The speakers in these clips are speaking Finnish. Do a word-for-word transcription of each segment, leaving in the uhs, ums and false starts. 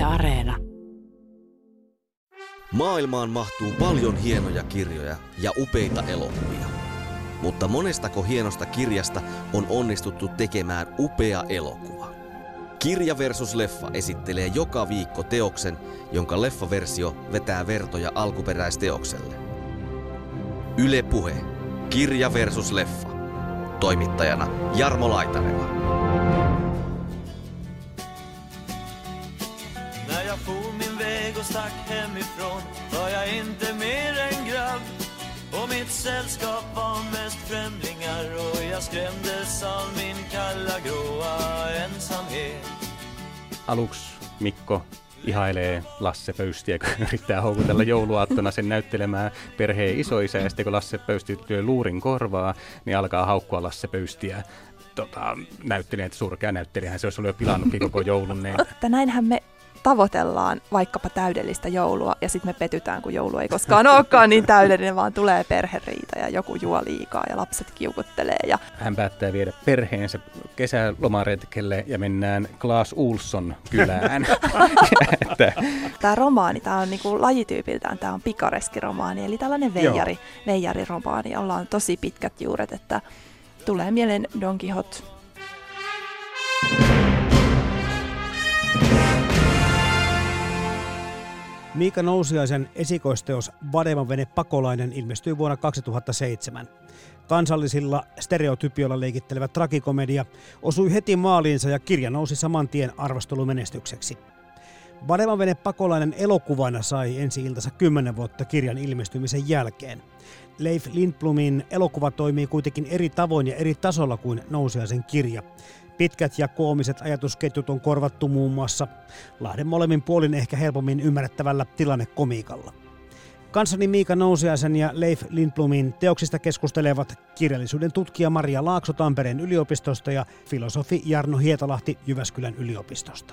Areena. Maailmaan mahtuu paljon hienoja kirjoja ja upeita elokuvia. Mutta monestako hienosta kirjasta on onnistuttu tekemään upea elokuva? Kirja versus leffa esittelee joka viikko teoksen, jonka leffaversio vetää vertoja alkuperäisteokselle. Yle Puhe. Kirja versus leffa. Toimittajana Jarmo Laitaneva. När jag for min väg och stack hemifrån var jag inte mer än grabb. Och mitt sällskap var mest främlingar och jag skrämdes av min kalla gråa ensamhet. Aluksi Mikko ihailee Lasse Pöystiä, kun yrittää houkutella jouluaattona sen näyttelemään perheen isoisä. Ja sitten kun Lasse Pöysti lyö luurin korvaa, niin alkaa haukkua Lasse Pöystiä. Tota, näyttelijä, että surkea näyttelijähän se olisi ollut jo pilannutkin koko joulun. Niin. Näinhän me tavoitellaan vaikkapa täydellistä joulua ja sitten me petytään, kun joulu ei koskaan olekaan niin täydellinen, vaan tulee perheriita ja joku juo liikaa ja lapset kiukuttelee. Ja hän päättää viedä perheensä kesälomaretkelle ja mennään Clas Ohlson kylään. Tämä romaani, tämä on niinku lajityypiltään, tämä on pikareskiromaani, eli tällainen veijari, veijariromaani, jolla on tosi pitkät juuret, että tulee mieleen Don Quixote. Miika Nousiaisen esikoisteos Vademan vene pakolainen ilmestyi vuonna kaksituhattaseitsemän. Kansallisilla stereotypioilla leikittelevä tragikomedia osui heti maaliinsa ja kirja nousi saman tien arvostelumenestykseksi. Vademan vene pakolainen elokuvana sai ensi-iltansa kymmenen vuotta kirjan ilmestymisen jälkeen. Leif Lindblomin elokuva toimii kuitenkin eri tavoin ja eri tasolla kuin Nousiaisen kirja. Pitkät ja koomiset ajatusketjut on korvattu muun muassa Lahden molemmin puolin ehkä helpommin ymmärrettävällä tilannekomiikalla. Kanssani Miika Nousiaisen ja Leif Lindblomin teoksista keskustelevat kirjallisuuden tutkija Maria Laakso Tampereen yliopistosta ja filosofi Jarno Hietalahti Jyväskylän yliopistosta.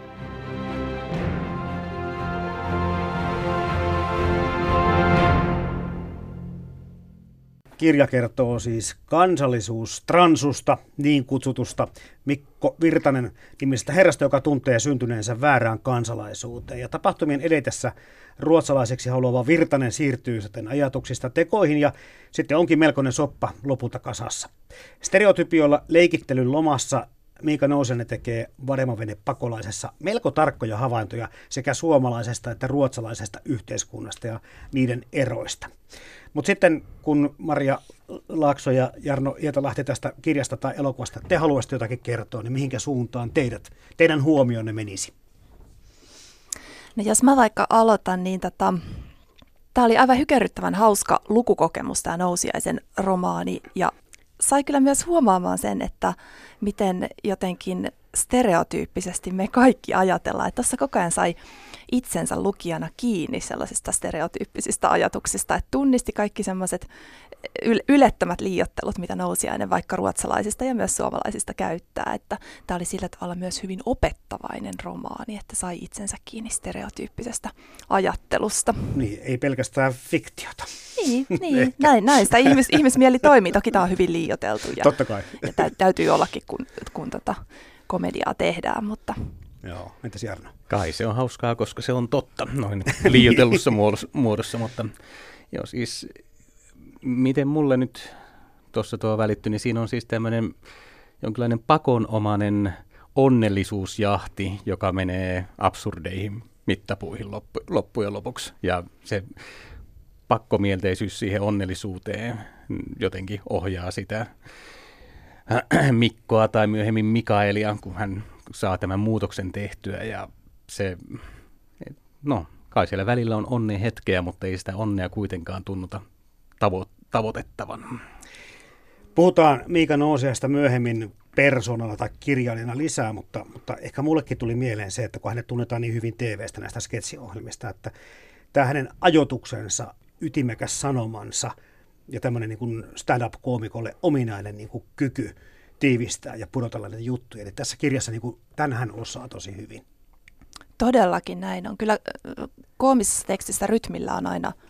Kirja kertoo siis kansallisuustransusta, niin kutsutusta Mikko Virtanen nimisestä herrasta, joka tuntee syntyneensä väärään kansalaisuuteen. Ja tapahtumien edetessä ruotsalaiseksi haluava Virtanen siirtyy sitten ajatuksista tekoihin ja sitten onkin melkoinen soppa lopulta kasassa. Stereotypioilla leikittelyn lomassa Miika Nousiainen tekee Vademan vene pakolaisessa melko tarkkoja havaintoja sekä suomalaisesta että ruotsalaisesta yhteiskunnasta ja niiden eroista. Mutta sitten kun Maria Laakso ja Jarno Hietalahti tästä kirjasta tai elokuvasta te haluaisitte jotakin kertoa, niin mihinkä suuntaan teidät, teidän huomionne menisi? No jos mä vaikka aloitan, niin tota, tämä oli aivan hykerryttävän hauska lukukokemus tämä Nousiaisen romaani ja sai kyllä myös huomaamaan sen, että miten jotenkin stereotyyppisesti me kaikki ajatellaan, että tuossa koko ajan sai itsensä lukijana kiinni sellaisista stereotyyppisistä ajatuksista, että tunnisti kaikki sellaiset yl- ylettömät liioittelut, mitä Nousiainen vaikka ruotsalaisista ja myös suomalaisista käyttää, että tämä oli sillä tavalla myös hyvin opettavainen romaani, että sai itsensä kiinni stereotyyppisestä ajattelusta. Niin, ei pelkästään fiktiota. Niin, niin näin, näin sitä ihmis, ihmismieli toimii. Toki tämä on hyvin liioiteltu ja, Totta kai. ja tä, täytyy ollakin, kun, kun tota komediaa tehdään, mutta joo, entäs Jarno? Kai se on hauskaa, koska se on totta noin liioitellussa muodossa, mutta joo, siis miten mulle nyt tuossa tuo välittyi, niin siinä on siis tämmöinen jonkinlainen pakonomainen onnellisuusjahti, joka menee absurdeihin mittapuihin loppu, loppujen lopuksi. Ja se pakkomielteisyys siihen onnellisuuteen jotenkin ohjaa sitä Mikkoa tai myöhemmin Mikaelia, kun hän saa tämän muutoksen tehtyä. Ja se, no, kai siellä välillä on onnen hetkeä, mutta ei sitä onnea kuitenkaan tunnuta tavo- tavoitettavan. Puhutaan Miika Nousiaisesta myöhemmin persoonalla tai kirjailijana lisää, mutta, mutta ehkä mullekin tuli mieleen se, että kun hänet tunnetaan niin hyvin T V:stä näistä sketsiohjelmista, että tämä hänen ajotuksensa, ytimekäs sanomansa ja tämmöinen niin kuin stand-up-koomikolle ominainen niin kuin kyky tiivistää ja pudotella näitä juttuja. Eli tässä kirjassa niin kuin, tämän hän osaa tosi hyvin. Todellakin näin on. Kyllä koomisessa tekstissä rytmillä on aina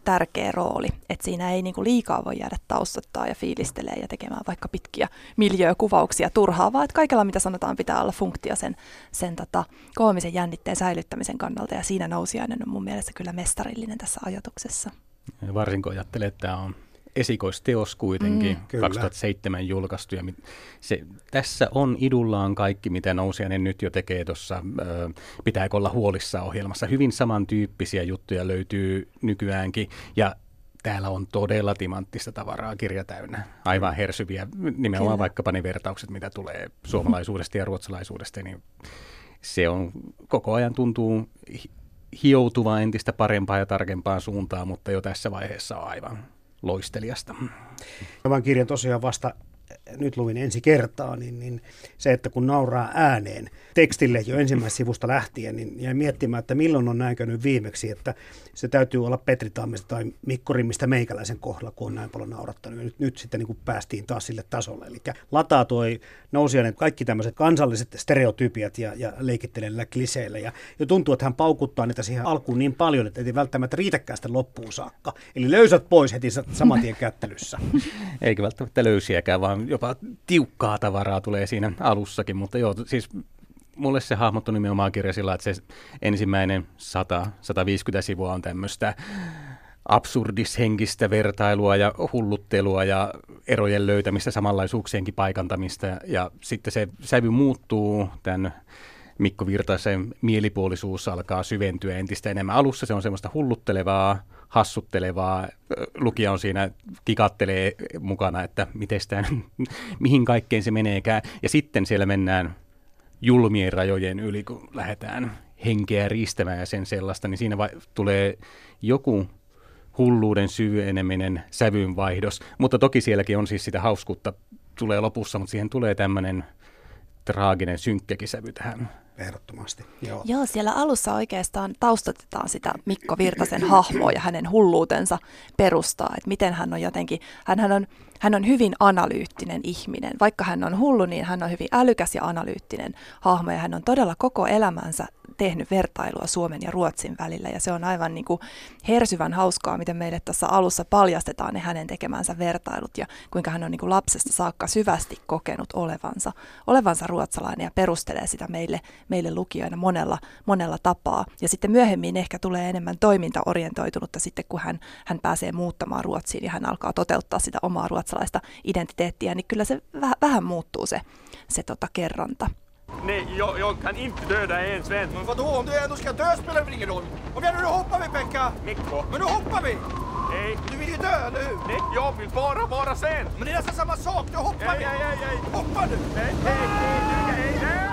tärkeä rooli, että siinä ei niin kuin liikaa voi jäädä taustottaa ja fiilistelee ja tekemään vaikka pitkiä miljöökuvauksia turhaa, vaan että kaikella mitä sanotaan pitää olla funktio sen, sen tota, koomisen jännitteen säilyttämisen kannalta ja siinä Nousiainen on mun mielestä kyllä mestarillinen tässä ajatuksessa. Ja varsinko ajattelee, että tämä on esikoisteos kuitenkin, mm, kaksituhattaseitsemän julkaistu. Ja se, tässä on idullaan kaikki, mitä Nousiainen nyt jo tekee tuossa Pitääkö olla huolissaan -ohjelmassa. Hyvin samantyyppisiä juttuja löytyy nykyäänkin ja täällä on todella timanttista tavaraa kirja täynnä. Aivan hersyviä, nimenomaan Kyllä. vaikkapa ne vertaukset, mitä tulee suomalaisuudesta ja ruotsalaisuudesta, niin se on koko ajan tuntuu hioutuva entistä parempaan ja tarkempaan suuntaan, mutta jo tässä vaiheessa on aivan loistelijasta. Tämän kirjan tosiaan vasta nyt luvin ensi kertaa, niin, niin se, että kun nauraa ääneen tekstille jo ensimmäisestä sivusta lähtien, niin jäi miettimään, että milloin on näin käynyt viimeksi, että se täytyy olla Petri Tammista tai Mikko Rimmistä meikäläisen kohdalla, kun on näin paljon naurattanut. Ja nyt, nyt sitten niin kuin päästiin taas sille tasolle. Eli lataa toi Nousiainen kaikki tämmöiset kansalliset stereotypiat ja, ja leikittelee kliseillä. Ja jo tuntuu, että hän paukuttaa niitä siihen alkuun niin paljon, että ei välttämättä riitäkään sitten loppuun saakka. Eli löysät pois heti saman tien kättelyssä. Eikä välttämättä löysiäkään, vaan jopa tiukkaa tavaraa tulee siinä alussakin, mutta joo, siis mulle se hahmottui nimenomaan kirja sillä, että se ensimmäinen sata sataviisikymmentä sivua on tämmöistä absurdishenkistä vertailua ja hulluttelua ja erojen löytämistä, samanlaisuuksienkin paikantamista ja sitten se sävy muuttuu, tämän Mikko Virtasen mielipuolisuus alkaa syventyä entistä enemmän. Alussa se on semmoista hulluttelevaa, hassuttelevaa, lukija on siinä, kikattelee mukana, että sitä, mihin kaikkeen se meneekään. Ja sitten siellä mennään julmien rajojen yli, kun lähdetään henkeä riistämään ja sen sellaista, niin siinä va- tulee joku hulluuden syveneminen, sävynvaihdos. Mutta toki sielläkin on siis sitä hauskuutta tulee lopussa, mutta siihen tulee tämmöinen traaginen, synkkäkin sävy tähän. Ehdottomasti, joo. Joo, siellä alussa oikeastaan taustatetaan sitä Mikko Virtasen hahmoa ja hänen hulluutensa perustaa, että miten hän on jotenkin, hän on, hän on hyvin analyyttinen ihminen. Vaikka hän on hullu, niin hän on hyvin älykäs ja analyyttinen hahmo ja hän on todella koko elämänsä tehnyt vertailua Suomen ja Ruotsin välillä ja se on aivan niin kuin hersyvän hauskaa, miten meille tässä alussa paljastetaan ne hänen tekemänsä vertailut ja kuinka hän on niin kuin lapsesta saakka syvästi kokenut olevansa, olevansa ruotsalainen ja perustelee sitä meille, meille lukijoina monella, monella tapaa. Ja sitten myöhemmin ehkä tulee enemmän toimintaorientoitunutta sitten, kun hän, hän pääsee muuttamaan Ruotsiin ja hän alkaa toteuttaa sitä omaa ruotsalaista identiteettiä, niin kyllä se väh, vähän muuttuu se, se tota kerronta. Nej, jag, jag kan inte döda en svensk. Men vadå? Om du ändå ska dö spelar det ingen roll. Kom igen nu, då hoppar vi, Pekka! Mikko. Men då hoppar vi! Nej. Du vill ju dö, eller hur? Nej, jag vill bara vara sen. Men det är nästan samma sak, då hoppar vi! Ei, ei, ei, ei. Hoppa nu! Ei, ei, ei, ei, ei.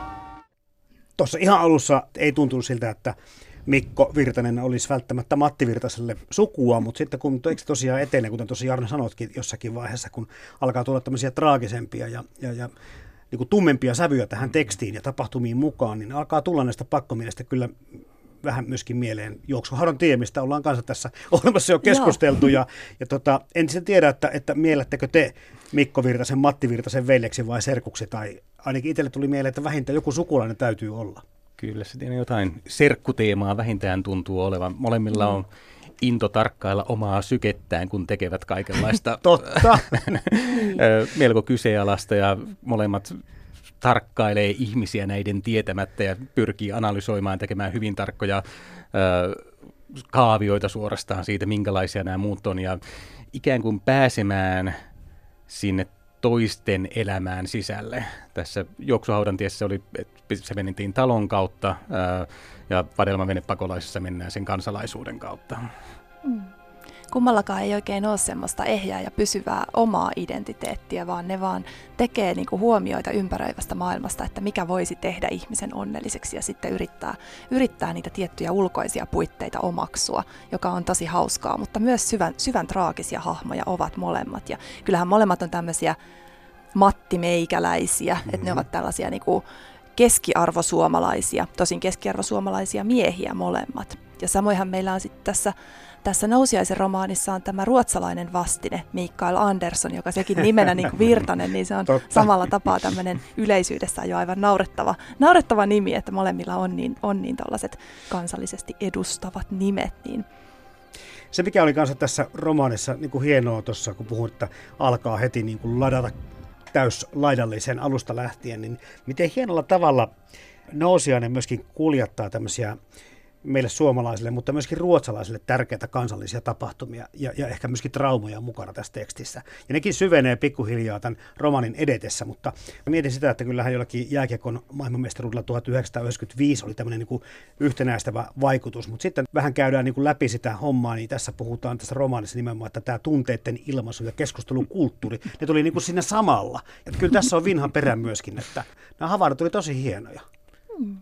Tuossa ihan alussa ei tuntunut siltä, että Mikko Virtanen olisi välttämättä Matti Virtaselle sukua, mutta sitten kun eikö tosiaan etenee, kuten tosiaan Jarno sanotkin jossakin vaiheessa, kun alkaa tulla tämmöisiä traagisempia ja, ja, ja niin kuin tummempia sävyjä tähän tekstiin ja tapahtumiin mukaan, niin alkaa tulla näistä pakkomielestä kyllä vähän myöskin mieleen Juoksuhaudan tie, mistä ollaan kanssa tässä olemassa jo keskusteltu. Ja, ja tota, en sen tiedä, että, että miellettekö te Mikko Virtasen, Matti Virtasen veljeksi vai serkuksi, tai ainakin itselle tuli mieleen, että vähintään joku sukulainen täytyy olla. Kyllä se jotain serkkuteemaa vähintään tuntuu olevan. Molemmilla on into tarkkailla omaa sykettään, kun tekevät kaikenlaista Totta. melko kyseenalaista ja molemmat tarkkailee ihmisiä näiden tietämättä ja pyrkii analysoimaan, tekemään hyvin tarkkoja ö, kaavioita suorastaan siitä, minkälaisia nämä muut on ja ikään kuin pääsemään sinne toisten elämään sisälle. Tässä Juoksuhaudan tiessä oli, että se mentiin talon kautta ää, ja Vadelman venepakolaisissa mennään sen kansalaisuuden kautta. Mm. Kummallakaan ei oikein ole semmoista ehjää ja pysyvää omaa identiteettiä, vaan ne vaan tekee niinku huomioita ympäröivästä maailmasta, että mikä voisi tehdä ihmisen onnelliseksi ja sitten yrittää, yrittää niitä tiettyjä ulkoisia puitteita omaksua, joka on tosi hauskaa, mutta myös syvän, syvän traagisia hahmoja ovat molemmat. Ja kyllähän molemmat on tämmöisiä mattimeikäläisiä, mm-hmm. että ne ovat tällaisia niinku keskiarvosuomalaisia, tosin keskiarvosuomalaisia miehiä molemmat. Ja samoinhan meillä on sitten tässä Tässä Nousiaisen romaanissa on tämä ruotsalainen vastine, Mikael Andersson, joka sekin nimenä niin kuin Virtanen, niin se on Totta. samalla tapaa tämmöinen yleisyydessä jo aivan naurettava, naurettava nimi, että molemmilla on niin, on niin tällaiset kansallisesti edustavat nimet. Niin. Se mikä oli kanssa tässä romaanissa niin kuin hienoa tuossa, kun puhun, että alkaa heti niin kuin ladata täyslaidallisen alusta lähtien, niin miten hienolla tavalla Nousiainen myöskin kuljettaa tämmöisiä meille suomalaisille, mutta myöskin ruotsalaisille tärkeitä kansallisia tapahtumia ja, ja ehkä myöskin traumoja mukana tässä tekstissä. Ja nekin syvenee pikkuhiljaa tämän romanin edetessä, mutta mietin sitä, että kyllähän jollakin jääkiekon maailmanmestaruudella tuhatyhdeksänsataayhdeksänkymmentäviisi oli tämmöinen niin kuin yhtenäistävä vaikutus, mutta sitten vähän käydään niin kuin läpi sitä hommaa, niin tässä puhutaan tässä romaanissa nimenomaan, että tämä tunteiden ilmaisu ja keskustelun kulttuuri, ne tuli niin kuin siinä samalla. Että kyllä tässä on vinha perä myöskin, että nämä havainnot oli tosi hienoja. Hmm.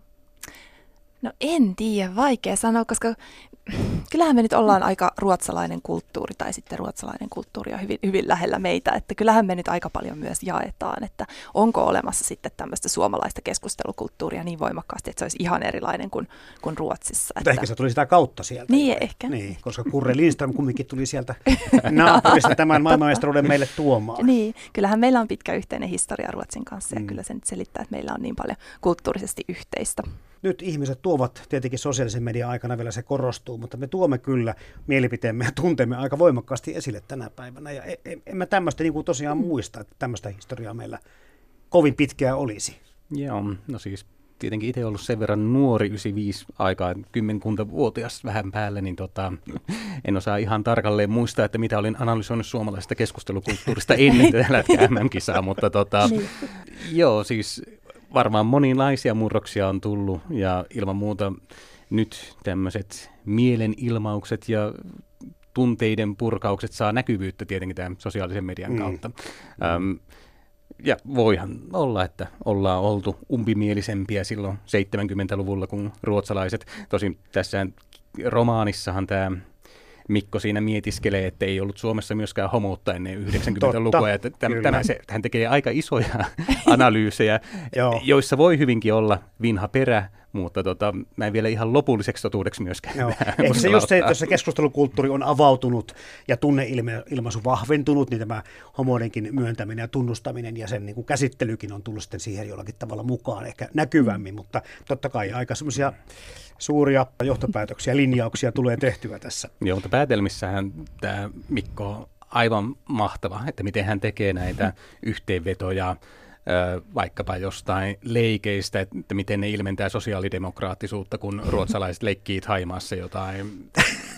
No en tiedä, vaikea sanoa, koska kyllähän me nyt ollaan aika ruotsalainen kulttuuri, tai sitten ruotsalainen kulttuuri on hyvin, hyvin lähellä meitä, että kyllähän me nyt aika paljon myös jaetaan, että onko olemassa sitten tämmöistä suomalaista keskustelukulttuuria niin voimakkaasti, että se olisi ihan erilainen kuin, kuin Ruotsissa. Mutta että... ehkä se tuli sitä kautta sieltä. Niin ehkä. Niin, koska Kurre Lindström kumminkin tuli sieltä naapurista tämän maailmanmestaruuden meille tuomaan. Niin, kyllähän meillä on pitkä yhteinen historia Ruotsin kanssa, ja Mm. kyllä se nyt selittää, että meillä on niin paljon kulttuurisesti yhteistä. Nyt ihmiset tuovat, tietenkin sosiaalisen median aikana vielä se korostuu, mutta me tuomme kyllä mielipiteemme ja tunteemme aika voimakkaasti esille tänä päivänä. Ja en, en mä tämmöistä niin kuin tosiaan muista, että tämmöistä historiaa meillä kovin pitkään olisi. Joo, no siis tietenkin itse ollut sen verran nuori yhdeksänkymmentäviisi aikaa, kymmenkuntavuotias vähän päälle, niin tota, en osaa ihan tarkalleen muistaa, että mitä olin analysoinut suomalaisesta keskustelukulttuurista ennen tätä Lätkä M M-kisaa, mutta tota, Niin. joo, siis varmaan monenlaisia murroksia on tullut ja ilman muuta nyt tämmöiset mielenilmaukset ja tunteiden purkaukset saa näkyvyyttä tietenkin tämän sosiaalisen median Mm. kautta. Öm, ja voihan olla, että ollaan oltu umpimielisempiä silloin seitsemänkymmentäluvulla kuin ruotsalaiset. Tosin tässä romaanissahan tämä Mikko siinä mietiskelee, että ei ollut Suomessa myöskään homoutta ennen yhdeksänkymmentälukua. Että täm, tämä se, hän tekee aika isoja analyysejä, Joo. joissa voi hyvinkin olla vinha perä, mutta tota, mä en vielä ihan lopulliseksi totuudeksi myöskään. Joo. tähän Ehkä se uskalla just se, ottaa. että jos se keskustelukulttuuri on avautunut ja tunneilmaisu vahventunut, niin tämä homoidenkin myöntäminen ja tunnustaminen ja sen niin kuin käsittelykin on tullut sitten siihen jollakin tavalla mukaan, ehkä näkyvämmin, mutta totta kai aika semmoisia suuria johtopäätöksiä, linjauksia tulee tehtyä tässä. Joo, mutta päätelmissähän tämä Mikko on aivan mahtava, että miten hän tekee näitä yhteenvetoja ö, vaikkapa jostain leikeistä, että miten ne ilmentää sosiaalidemokraattisuutta, kun ruotsalaiset leikkii Thaimaassa jotain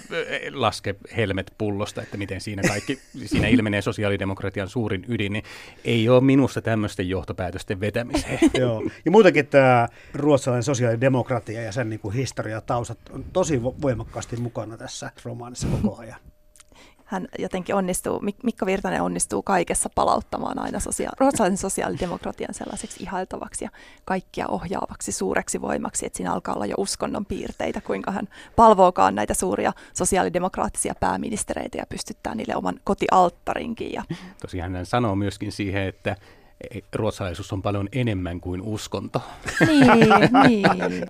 laske helmet pullosta, että miten siinä kaikki, siinä ilmenee sosiaalidemokratian suurin ydin, niin ei ole minusta tämmöisten johtopäätösten vetämiseen. Joo. Ja muutenkin tämä ruotsalainen sosiaalidemokratia ja sen niin kuin historia ja taustat on tosi vo- voimakkaasti mukana tässä romaanissa koko ajan. Hän jotenkin onnistuu, Mik- Mikko Virtanen onnistuu kaikessa palauttamaan aina sosia- ruotsalaisen sosiaalidemokratian sellaiseksi ihailtavaksi ja kaikkia ohjaavaksi suureksi voimaksi, että siinä alkaa olla jo uskonnon piirteitä, kuinka hän palvookaan näitä suuria sosiaalidemokraattisia pääministereitä ja pystyttää niille oman kotialttarinkin. Ja... Tosiaan hän sanoo myöskin siihen, että ruotsalaisuus on paljon enemmän kuin uskonto. niin, niin.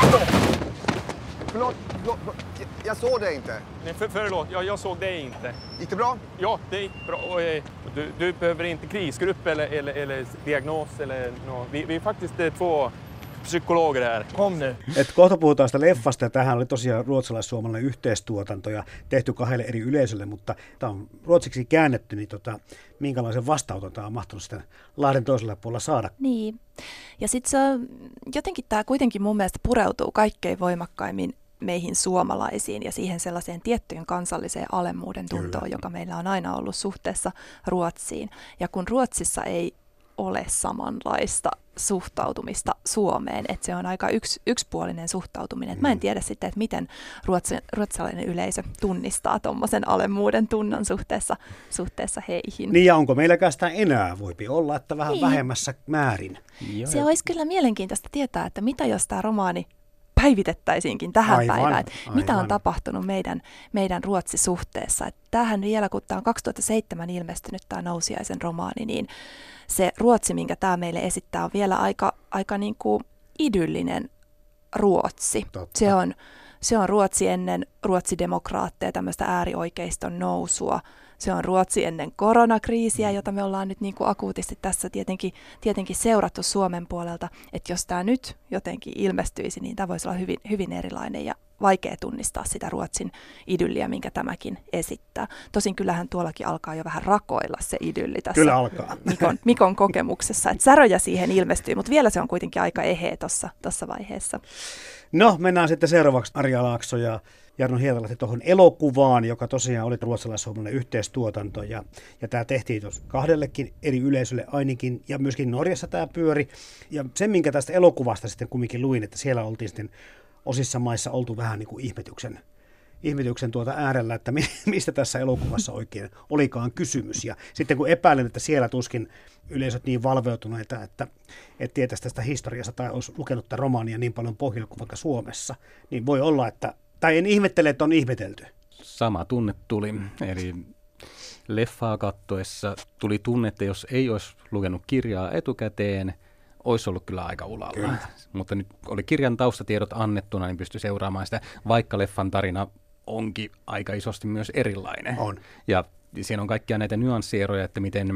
Förlåt, förlåt, förlåt. Jag- Jag såg dig inte. Nej, för, förlåt, jag, jag såg dig inte. Gick det bra? Ja, det gick bra. Och, eh, du, du behöver inte krisgrupp eller, eller, eller diagnos eller nå. Vi, vi är faktiskt eh, två psykologer här. Kom nu. Et kohta puhutaan sitä leffasta, ja tämähän oli tosiaan ruotsalais-suomalainen yhteistuotanto ja tehty kahdelle eri yleisölle, mutta tämä on ruotsiksi käännetty, niin tota, minkälaisen vastaanoton tämä on mahtunut sitten Lahden toisella puolella saada? Niin. Ja sitten se on- jotenkin tämä kuitenkin mun mielestä pureutuu kaikkein voimakkaimmin meihin suomalaisiin ja siihen sellaiseen tiettyyn kansalliseen alemmuuden tuntoon, Kyllä. joka meillä on aina ollut suhteessa Ruotsiin. Ja kun Ruotsissa ei ole samanlaista suhtautumista Suomeen, että se on aika yks, yksipuolinen suhtautuminen. Et mä en tiedä sitten, että miten ruotsi, ruotsalainen yleisö tunnistaa tuommoisen alemmuuden tunnon suhteessa, suhteessa heihin. Niin ja onko meilläkään sitä enää? Voipi olla, että vähän Niin. vähemmässä määrin. Joo, Se olisi kyllä mielenkiintoista tietää, että mitä jos tämä romaani päivitettäisiinkin tähän Aivan, päivään, että mitä on aivan. tapahtunut meidän, meidän Ruotsi-suhteessa. Että tämähän vielä, kun tämä on kaksituhattaseitsemän ilmestynyt tämä Nousiaisen romaani, niin se Ruotsi, minkä tämä meille esittää, on vielä aika, aika niin kuin idyllinen Ruotsi. Totta. Se on, se on Ruotsi ennen ruotsidemokraatteja, tämmöistä äärioikeiston nousua. Se on Ruotsi ennen koronakriisiä, jota me ollaan nyt niin kuin akuutisti tässä tietenkin, tietenkin seurattu Suomen puolelta. Että jos tämä nyt jotenkin ilmestyisi, niin tämä voisi olla hyvin, hyvin erilainen ja vaikea tunnistaa sitä Ruotsin idylliä, minkä tämäkin esittää. Tosin kyllähän tuollakin alkaa jo vähän rakoilla se idylli tässä Kyllä alkaa. Mikon, Mikon kokemuksessa. Et säröjä siihen ilmestyy, mutta vielä se on kuitenkin aika eheä tuossa vaiheessa. No, mennään sitten seuraavaksi Arja Laakso ja Jarno Hietalahti tuohon elokuvaan, joka tosiaan oli ruotsalais-suomalainen yhteistuotanto. Ja, ja tämä tehtiin tuossa kahdellekin eri yleisölle ainakin, ja myöskin Norjassa tämä pyöri. Ja sen, minkä tästä elokuvasta sitten kumminkin luin, että siellä oltiin sitten osissa maissa oltu vähän niin kuin ihmetyksen, ihmetyksen tuota äärellä, että mistä tässä elokuvassa oikein olikaan kysymys. Ja sitten kun epäilen, että siellä tuskin yleisöt niin valveutuneita, että et tietäisi tästä historiasta tai olisi lukenut tätä romaania niin paljon pohjalla kuin vaikka Suomessa, niin voi olla, että tai en ihmettele, että on ihmetelty. Sama tunne tuli. Eli leffaa kattoessa tuli tunne, että jos ei olisi lukenut kirjaa etukäteen, olisi ollut kyllä aika ulalla. Kyllä. Mutta nyt oli kirjan taustatiedot annettuna, niin pystyi seuraamaan sitä, vaikka leffan tarina onkin aika isosti myös erilainen. On. Ja siinä on kaikkia näitä nyanssieroja, että miten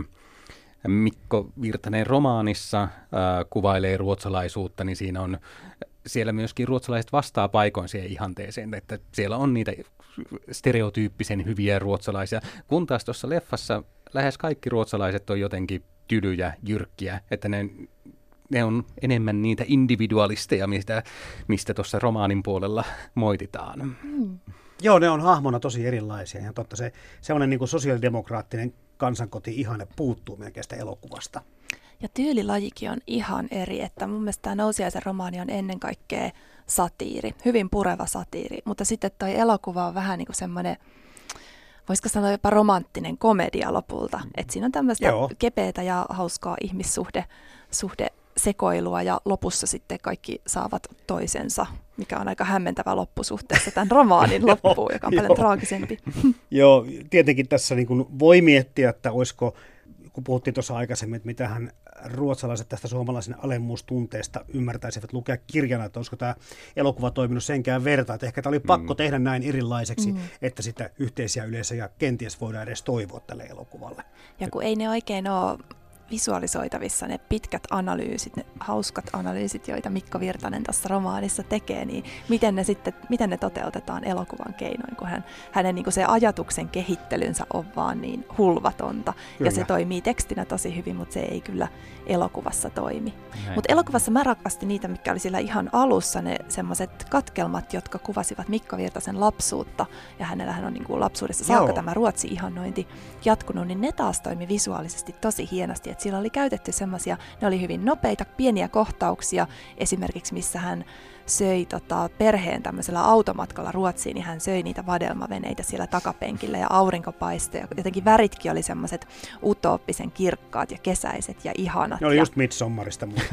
Mikko Virtanen romaanissa äh, kuvailee ruotsalaisuutta, niin siinä on siellä myöskin ruotsalaiset vastaa paikoin siihen ihanteeseen, että siellä on niitä stereotyyppisen hyviä ruotsalaisia, kun taas tuossa leffassa lähes kaikki ruotsalaiset on jotenkin tylyjä, jyrkkiä, että ne, ne on enemmän niitä individualisteja, mistä, mistä tuossa romaanin puolella moititaan. Mm. Joo, ne on hahmona tosi erilaisia. Ja totta se sellainen niin kuin sosiaalidemokraattinen kansankoti-ihane puuttuu melkein sitä elokuvasta. Ja tyylilajikin on ihan eri, että mun mielestä tämä Nousiaisen romaani on ennen kaikkea satiiri, hyvin pureva satiiri, mutta sitten toi elokuva on vähän niin kuin semmoinen, voisiko sanoa jopa romanttinen komedia lopulta, että siinä on tämmöistä Joo. kepeätä ja hauskaa ihmissuhde suhde sekoilua ja lopussa sitten kaikki saavat toisensa, mikä on aika hämmentävä loppu suhteessa tämän romaanin loppuun, joka on paljon traagisempi. Joo, tietenkin tässä niin kuin voi miettiä, että olisiko, kun puhuttiin tuossa aikaisemmin, että mitähän ruotsalaiset tästä suomalaisen alemmuustunteesta ymmärtäisivät lukea kirjana, että olisiko tämä elokuva toiminut senkään verta, että ehkä tämä oli pakko mm. tehdä näin erilaiseksi, mm. että sitä yhteisiä yleisöjä kenties voidaan edes toivoa tälle elokuvalle. Ja kun ei ne oikein ole visualisoitavissa ne pitkät analyysit, ne hauskat analyysit, joita Mikko Virtanen tässä romaanissa tekee, niin miten ne sitten, miten ne toteutetaan elokuvan keinoin, kun hän, hänen niin kuin se ajatuksen kehittelynsä on vaan niin hulvatonta. Kyllä. Ja se toimii tekstinä tosi hyvin, mutta se ei kyllä elokuvassa toimi. Mutta elokuvassa mä rakastin niitä, mitkä oli siellä ihan alussa, ne semmoiset katkelmat, jotka kuvasivat Mikko Virtasen lapsuutta, ja hänellähän on niin kuin lapsuudessa saakka tämä Ruotsi-ihannointi jatkunut, niin ne taas toimi visuaalisesti tosi hienosti. Et siellä oli käytetty semmoisia, ne oli hyvin nopeita, pieniä kohtauksia, esimerkiksi missä hän söi tota, perheen tämmöisellä automatkalla Ruotsiin, niin hän söi niitä vadelmaveneitä siellä takapenkillä ja aurinko paistoi. Ja jotenkin väritkin oli semmoiset utooppisen kirkkaat ja kesäiset ja ihanat. Ne oli ja just Midsommarista muuten.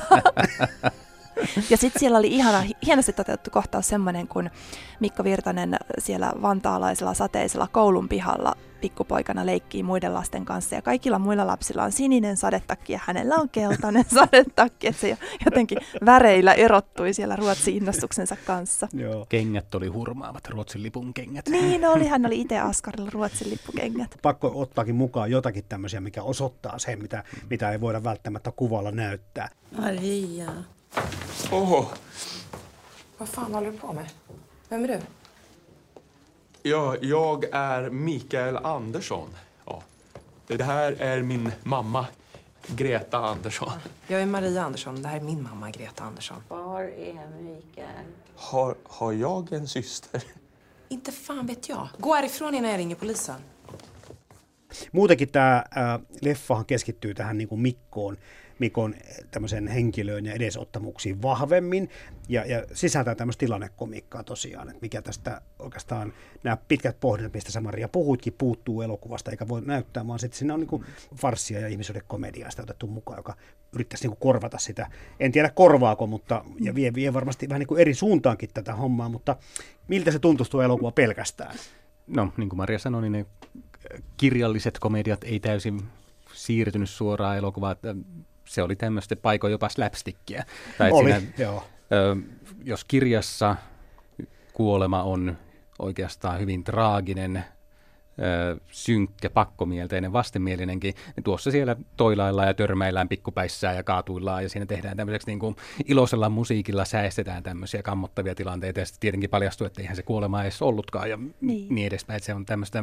Ja sitten siellä oli ihana, hienosti toteutettu kohtaus semmoinen, kun Mikko Virtanen siellä vantaalaisella sateisella koulun pihalla pikkupoikana leikkii muiden lasten kanssa ja kaikilla muilla lapsilla on sininen sadetakki ja hänellä on keltainen sadetakki, että se jotenkin väreillä erottui siellä Ruotsin innostuksensa kanssa. Joo. Kengät oli hurmaavat, Ruotsin lipun kengät. Niin oli, hän oli itse askarilla Ruotsin lippukengät. Pakko ottaakin mukaan jotakin tämmöisiä, mikä osoittaa sen, mitä, mitä ei voida välttämättä kuvalla näyttää. Maria. Oho. Vad fan håller du på med? Vem är du? Ja, jag är Mikael Andersson. Ja. Det här är min mamma, Greta Andersson. Jag är Maria Andersson. Det här är min mamma, Greta Andersson. Var är Mikael? Har, har jag en syster? Inte fan vet jag. Gå härifrån innan jag ringer polisen. Muutenkin tämä äh, leffahan keskittyy tähän niin kuin Mikkoon, Mikon tämmöisen henkilöön ja edesottamuksiin vahvemmin ja, ja sisältää tämmöistä tilannekomiikkaa tosiaan, että mikä tästä oikeastaan nämä pitkät pohdinnat, mistä sä Maria puhuitkin, puuttuu elokuvasta eikä voi näyttää, vaan sitten siinä on niin kuin farssia ja ihmisyydenkomediaa sitä otettu mukaan, joka yrittäisi niin kuin korvata sitä. En tiedä korvaako, mutta ja vie, vie varmasti vähän niin kuin eri suuntaankin tätä hommaa, mutta miltä se tuntuisi tuo elokuva pelkästään? No niin kuin Maria sanoi, niin ne kirjalliset komediat ei täysin siirtynyt suoraan elokuvaan. Se oli tämmöistä paikoin jopa slapstickia. Tai oli, siinä, joo. Ö, jos kirjassa kuolema on oikeastaan hyvin traaginen, synkkä, pakkomielteinen, vastenmielinenkin, niin tuossa siellä toilaillaan ja törmäillään pikkupäissään ja kaatuillaan ja siinä tehdään tämmöiseksi niin kuin iloisella musiikilla säestetään tämmöisiä kammottavia tilanteita ja sitten tietenkin paljastuu, että eihän se kuolema edes ollutkaan ja niin, niin edespäin, että se on tämmöistä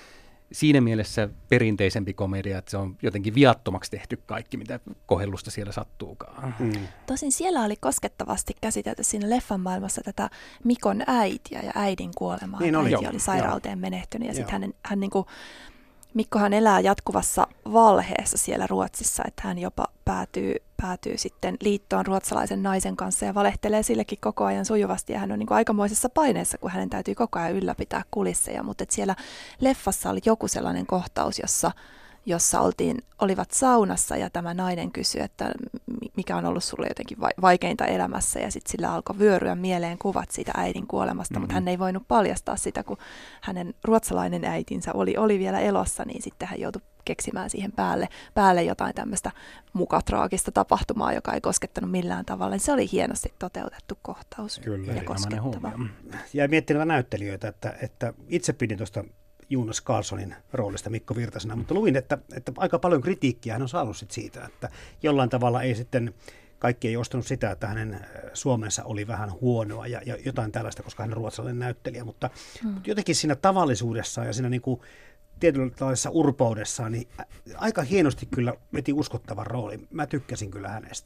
siinä mielessä perinteisempi komedia, että se on jotenkin viattomaksi tehty kaikki, mitä kohellusta siellä sattuukaan. Mm. Tosin siellä oli koskettavasti käsitelty siinä leffan maailmassa tätä Mikon äitiä ja äidin kuolemaa. Niin oli. Äiti oli sairauteen menehtynyt ja sitten hän, hän niinku, Mikkohan elää jatkuvassa valheessa siellä Ruotsissa, että hän jopa päätyy, päätyy sitten liittoon ruotsalaisen naisen kanssa ja valehtelee sillekin koko ajan sujuvasti ja hän on niin kuin aikamoisessa paineessa, kun hänen täytyy koko ajan ylläpitää kulisseja, mutta siellä leffassa oli joku sellainen kohtaus, jossa, jossa oltiin, olivat saunassa ja tämä nainen kysyi, että mikä on ollut sulle jotenkin vaikeinta elämässä ja sitten sillä alkoi vyöryä mieleen kuvat siitä äidin kuolemasta, mm-hmm. mutta hän ei voinut paljastaa sitä, kun hänen ruotsalainen äitinsä oli, oli vielä elossa, niin sitten hän joutui keksimään siihen päälle, päälle jotain tämmöistä mukatraagista tapahtumaa, joka ei koskettanut millään tavalla. Se oli hienosti toteutettu kohtaus. Kyllä, ja koskettava. Ja miettinyt näyttelijöitä, että, että itse pidin tuosta Jonas Karlssonin roolista Mikko Virtasena, mutta luin, että, että aika paljon kritiikkiä hän on saanut sit siitä, että jollain tavalla ei sitten, kaikki ei ostanut sitä, että hänen suomensa oli vähän huonoa ja, ja jotain tällaista, koska hän on ruotsalainen näyttelijä, mutta, hmm. mutta jotenkin siinä tavallisuudessa ja siinä niin kuin tietynlaisessa urpoudessaan, niin aika hienosti kyllä veti uskottavan roolin. Mä tykkäsin kyllä hänestä.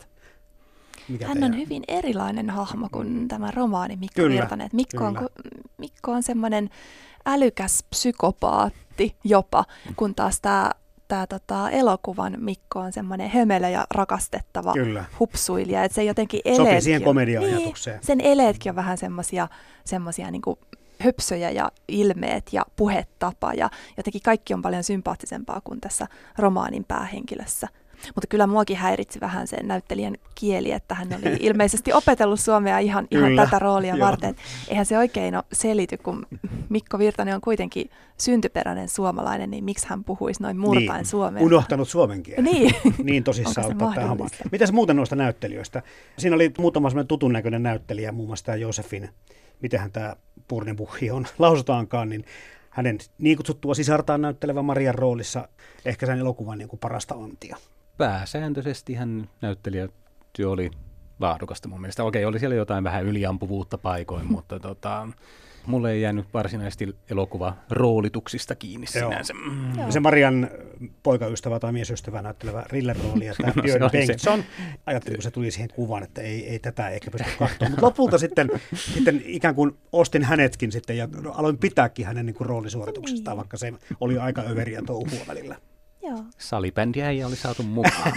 Mikä hän teidän? on hyvin erilainen hahmo kuin tämä romaani Mikko Kyllä, Virtanen. Mikko on, kyllä. Mikko on semmoinen älykäs psykopaatti jopa, kun taas tämä Tämä tota, elokuvan Mikko on semmoinen hömelö ja rakastettava Kyllä. hupsuilija, että se jotenkin sopii siihen on, komedia-ajatukseen. Niin, sen eleetkin on vähän semmoisia semmoisia niinku höpsöjä ja ilmeet ja puhetapa ja jotenkin kaikki on paljon sympaattisempaa kuin tässä romaanin päähenkilössä. Mutta kyllä muakin häiritsi vähän sen näyttelijän kieli, että hän oli ilmeisesti opetellut suomea ihan, ihan tätä roolia varten. Eihän se oikein ole selity, kun Mikko Virtanen on kuitenkin syntyperäinen suomalainen, niin miksi hän puhuisi noin murtain niin, suomea? Unohtanut suomen kielen. Niin. Niin tosissaan ottaa tähän hommaan. Mitäs muuten noista näyttelijöistä? Siinä oli muutama sellainen tutun näköinen näyttelijä, muun muassa tämä Josefin, mitenhän tämä Purnebuchi on, lausutaankaan, niin hänen niin kutsuttua sisartaan näyttelevä Marian roolissa ehkä sen elokuvan niin kuin parasta antia. Pääsääntöisesti hän näyttelijätyö oli laadukasta mun mielestä. Okei, oli siellä jotain vähän yliampuvuutta paikoin, mutta tota, mulle ei jäänyt varsinaisesti elokuva roolituksista kiinni Joo. sinänsä. Joo. Se Marian poikaystävä tai miesystävä näyttelevä Riller-rooli ja tämä no, Björn Bengtsson, ajattelin, kun se tuli siihen kuvaan, että ei, ei tätä eikä pysty katsomaan. Mutta lopulta sitten, sitten ikään kuin ostin hänetkin sitten ja aloin pitääkin hänen niin kuin roolisuorituksestaan, niin. Vaikka se oli aika överiä touhua välillä. Salibändiä ei oli saatu mukaan.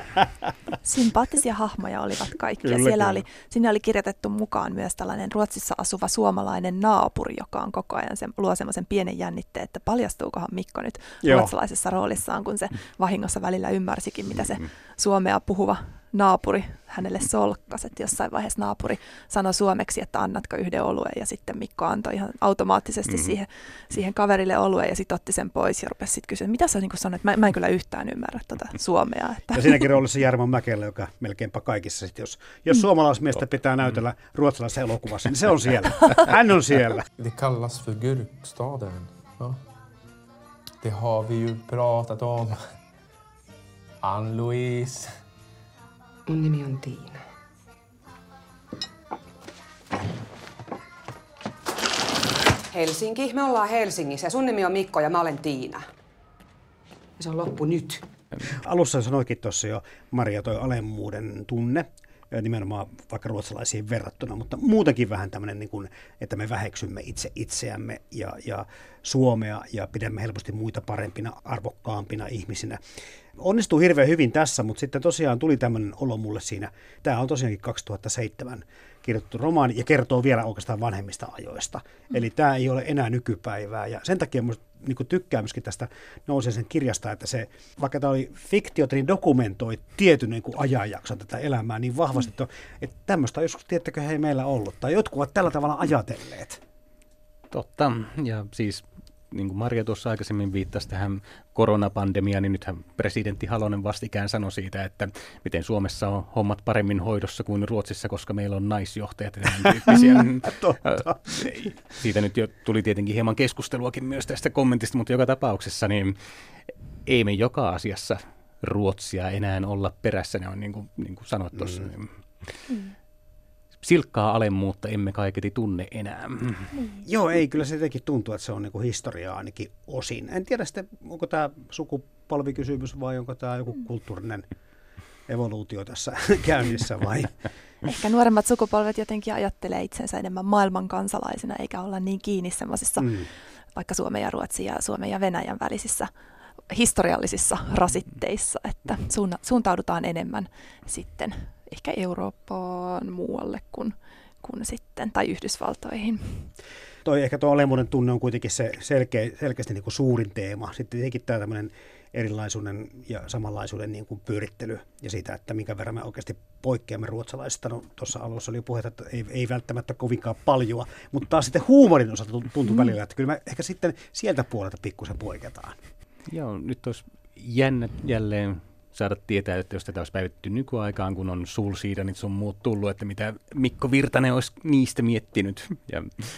Sympaattisia hahmoja olivat kaikki. Kyllä, ja siellä kyllä. oli, sinne oli kirjoitettu mukaan myös tällainen Ruotsissa asuva suomalainen naapuri, joka on koko ajan se, luo semmoisen pienen jännitteen, että paljastuukohan Mikko nyt Joo. ruotsalaisessa roolissaan, kun se vahingossa välillä ymmärsikin, mitä se suomea puhuva naapuri hänelle solkkasi, että jossain vaiheessa naapuri sanoi suomeksi, että annatko yhden oluen, ja sitten Mikko antoi ihan automaattisesti mm-hmm. siihen, siihen kaverille oluen, ja sitten otti sen pois ja rupesi sitten kysyä, mitä sä niin sanoit, mä, mä en kyllä yhtään ymmärrä tuota suomea. Että. Ja siinäkin roolissa Jarmo Mäkelä, joka melkeinpä kaikissa, sit jos, jos mm. suomalaismiestä pitää näytellä ruotsalaisessa elokuvassa, niin se on siellä. Hän on siellä. Det kallas för Gurkstaden. Ja. Det har vi ju pratat om. Ann-Louise. Mun nimi on Tiina. Helsinki. Me ollaan Helsingissä ja sun nimi on Mikko ja mä olen Tiina. Ja se on loppu nyt. Alussa sanoikin tuossa jo Maria toi alemmuuden tunne, nimenomaan vaikka ruotsalaisiin verrattuna, mutta muutenkin vähän tämmöinen, niin kuin, että me väheksymme itse itseämme ja, ja Suomea ja pidämme helposti muita parempina, arvokkaampina ihmisinä. Onnistuu hirveän hyvin tässä, mutta sitten tosiaan tuli tämmöinen olo mulle siinä. Tämä on tosiaankin kaksituhattaseitsemän kirjoitettu romaani ja kertoo vielä oikeastaan vanhemmista ajoista. Mm. Eli tämä ei ole enää nykypäivää ja sen takia minusta niin kuin tykkää myöskin tästä Nousiaisen kirjasta, että se, vaikka tämä oli fiktiota, niin dokumentoi tietyn niin kuin ajanjakson tätä elämää niin vahvasti, mm. että tämmöistä on joskus, tiettäkö, ei meillä ollut, tai jotkut ovat tällä tavalla ajatelleet. Totta, ja siis niin kuin Marja tuossa aikaisemmin viittasi tähän koronapandemiaan, niin nythän presidentti Halonen vastikään sanoi siitä, että miten Suomessa on hommat paremmin hoidossa kuin Ruotsissa, koska meillä on naisjohtajat ja tämän tyyppisiä. Siitä nyt jo tuli tietenkin hieman keskusteluakin myös tästä kommentista, mutta joka tapauksessa niin ei me joka asiassa Ruotsia enää olla perässä, ne on niin kuin, niin kuin sanoit tuossa. Mm. Mm. Silkkaa alemmuutta emme kaiketi tunne enää. Mm. Joo, ei, kyllä se jotenkin tuntuu, että se on niinku historiaa ainakin osin. En tiedä sitten, onko tämä sukupolvikysymys vai onko tämä joku kulttuurinen evoluutio tässä käynnissä vai? Ehkä nuoremmat sukupolvet jotenkin ajattelee itsensä enemmän maailman kansalaisina, eikä olla niin kiinni semmoisissa mm. vaikka Suomen ja Ruotsin ja Suomen ja Venäjän välisissä historiallisissa rasitteissa, että suunna, suuntaudutaan enemmän sitten ehkä Eurooppaan muualle kuin, kuin sitten, tai Yhdysvaltoihin. Toi ehkä tuo alemmuuden tunne on kuitenkin se selkeä, selkeästi niin kuin suurin teema. Sitten tietenkin tämä tämmöinen erilaisuuden ja samanlaisuuden niin kuin pyörittely ja siitä, että minkä verran me oikeasti poikkeamme ruotsalaisista. No tuossa alussa oli puhetta, että ei, ei välttämättä kovinkaan paljoa, mutta taas sitten huumorin osalta tuntuu mm. välillä, että kyllä me ehkä sitten sieltä puolelta pikkusen poiketaan. Joo, nyt olisi jännä jälleen saada tietää, että jos tätä olisi päivitetty nykyaikaan, kun on Sulsiidanit sun muut tullut, että mitä Mikko Virtanen olisi niistä miettinyt. Ja,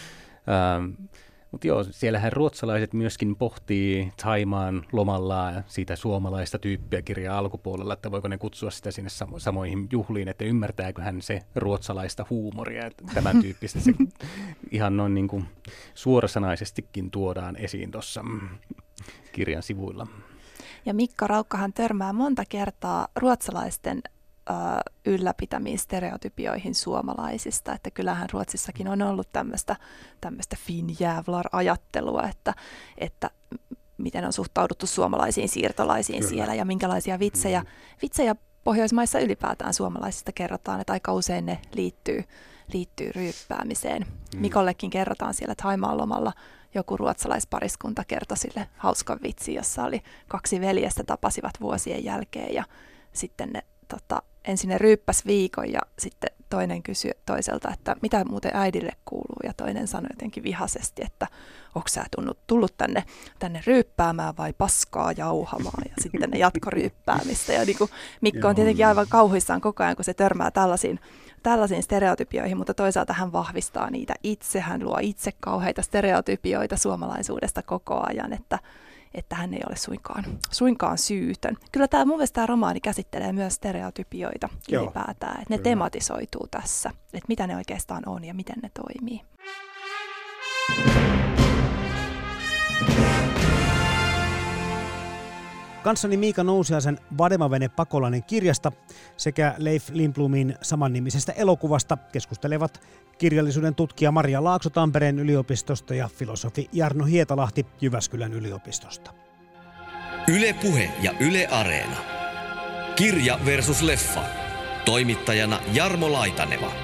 ähm, mutta joo, siellähän ruotsalaiset myöskin pohtii Thaimaan lomalla sitä suomalaista tyyppiä kirjaa alkupuolella, että voiko ne kutsua sitä sinne samo- samoihin juhliin, että ymmärtääkö hän se ruotsalaista huumoria, että tämän tyyppistä se ihan noin niin kuin suorasanaisestikin tuodaan esiin tuossa kirjan sivuilla. Ja Mikko Raukkahan törmää monta kertaa ruotsalaisten ö, ylläpitämiin stereotypioihin suomalaisista, että kyllähän Ruotsissakin on ollut tämmöistä tämmöistä finjävlar-ajattelua, että, että miten on suhtauduttu suomalaisiin siirtolaisiin Kyllä. siellä ja minkälaisia vitsejä, mm. vitsejä Pohjoismaissa ylipäätään suomalaisista kerrotaan, että aika usein ne liittyy, liittyy ryyppäämiseen. Mm. Mikollekin kerrotaan siellä Thaimaan lomalla. Joku ruotsalaispariskunta kertoi sille hauskan vitsi, jossa oli kaksi veljestä tapasivat vuosien jälkeen ja sitten ne tota, ensin ne ryyppäs viikon ja sitten toinen kysyi toiselta, että mitä muuten äidille kuuluu ja toinen sanoi jotenkin vihaisesti, että onko sä tullut tänne, tänne ryyppäämään vai paskaa jauhamaan ja sitten ne jatko ryyppäämistä ja niin kuin Mikko on tietenkin aivan kauhuissaan koko ajan, kun se törmää tällaisiin tällaisiin stereotypioihin, mutta toisaalta hän vahvistaa niitä itse, hän luo itse kauheita stereotypioita suomalaisuudesta koko ajan, että, että hän ei ole suinkaan, suinkaan syytön. Kyllä tämä mun mielestä tämä romaani käsittelee myös stereotypioita Joo. ylipäätään, että ne Kyllä. tematisoituu tässä, että mitä ne oikeastaan on ja miten ne toimii. Kanssani Miika Nousiaisen Vademavene pakolainen kirjasta sekä Leif Lindblomin samannimisestä elokuvasta keskustelevat kirjallisuuden tutkija Maria Laakso Tampereen yliopistosta ja filosofi Jarno Hietalahti Jyväskylän yliopistosta. Yle Puhe ja Yle Areena. Kirja versus leffa. Toimittajana Jarmo Laitaneva.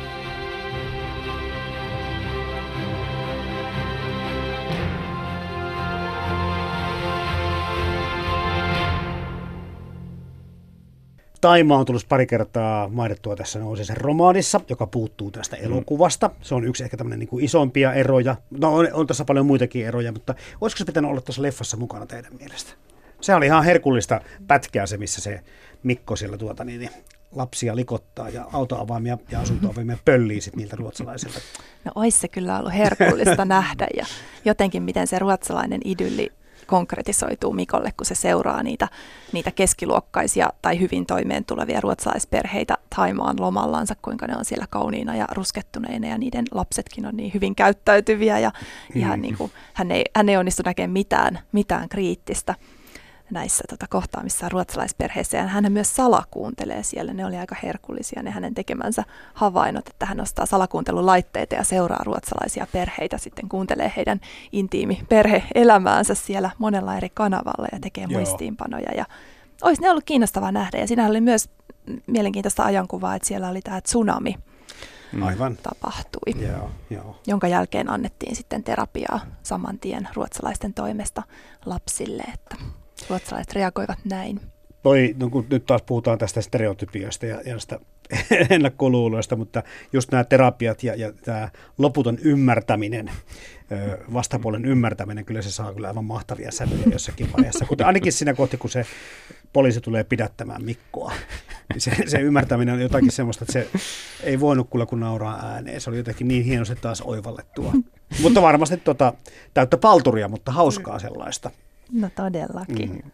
Thaimaa on tullut pari kertaa mainittua tässä Nousiaisen romaanissa, joka puuttuu tästä elokuvasta. Se on yksi ehkä tämmöinen niin kuin isompia eroja. No on, on tässä paljon muitakin eroja, mutta olisiko se pitänyt olla tuossa leffassa mukana teidän mielestä? Se oli ihan herkullista pätkää se, missä se Mikko siellä tuota, niin, niin, lapsia likottaa ja autoavaimia ja asuntoavaimia pöllii sit niiltä ruotsalaisilta. No ois se kyllä ollut herkullista nähdä ja jotenkin miten se ruotsalainen idylli konkretisoituu Mikolle, kun se seuraa niitä, niitä keskiluokkaisia tai hyvin toimeen tulevia ruotsalaisperheitä Thaimaan lomallansa, kuinka ne on siellä kauniina ja ruskettuneina ja niiden lapsetkin on niin hyvin käyttäytyviä ja mm. ihan niin kuin, hän, ei, hän ei onnistu näkemään mitään, mitään kriittistä näissä tota, kohtaamissa ruotsalaisperheissä ja hän myös salakuuntelee siellä. Ne oli aika herkullisia ne hänen tekemänsä havainnot, että hän ostaa salakuuntelulaitteita ja seuraa ruotsalaisia perheitä, sitten kuuntelee heidän intiimi perhe-elämäänsä siellä monella eri kanavalla ja tekee Joo. muistiinpanoja. Ja olisi ne ollut kiinnostavaa nähdä ja siinä oli myös mielenkiintoista ajankuvaa, että siellä oli tämä tsunami. Aivan. Tapahtui, Joo, jo. jonka jälkeen annettiin sitten terapiaa saman tien ruotsalaisten toimesta lapsille, että ruotsalaiset reagoivat näin. Toi, no kun nyt taas puhutaan tästä stereotypioista ja, ja sitä ennakkoluuloista, mutta just nämä terapiat ja, ja tämä loputon ymmärtäminen, vastapuolen ymmärtäminen, kyllä se saa kyllä aivan mahtavia sävyjä jossakin vaiheessa. Kuten ainakin siinä kohti, kun se poliisi tulee pidättämään Mikkoa. Se, se ymmärtäminen on jotakin semmoista, että se ei voinut kyllä kun nauraa ääneen. Se oli jotenkin niin hienosti taas oivallettua. Mutta varmasti tota, täyttä palturia, mutta hauskaa sellaista. No todellakin. Mm.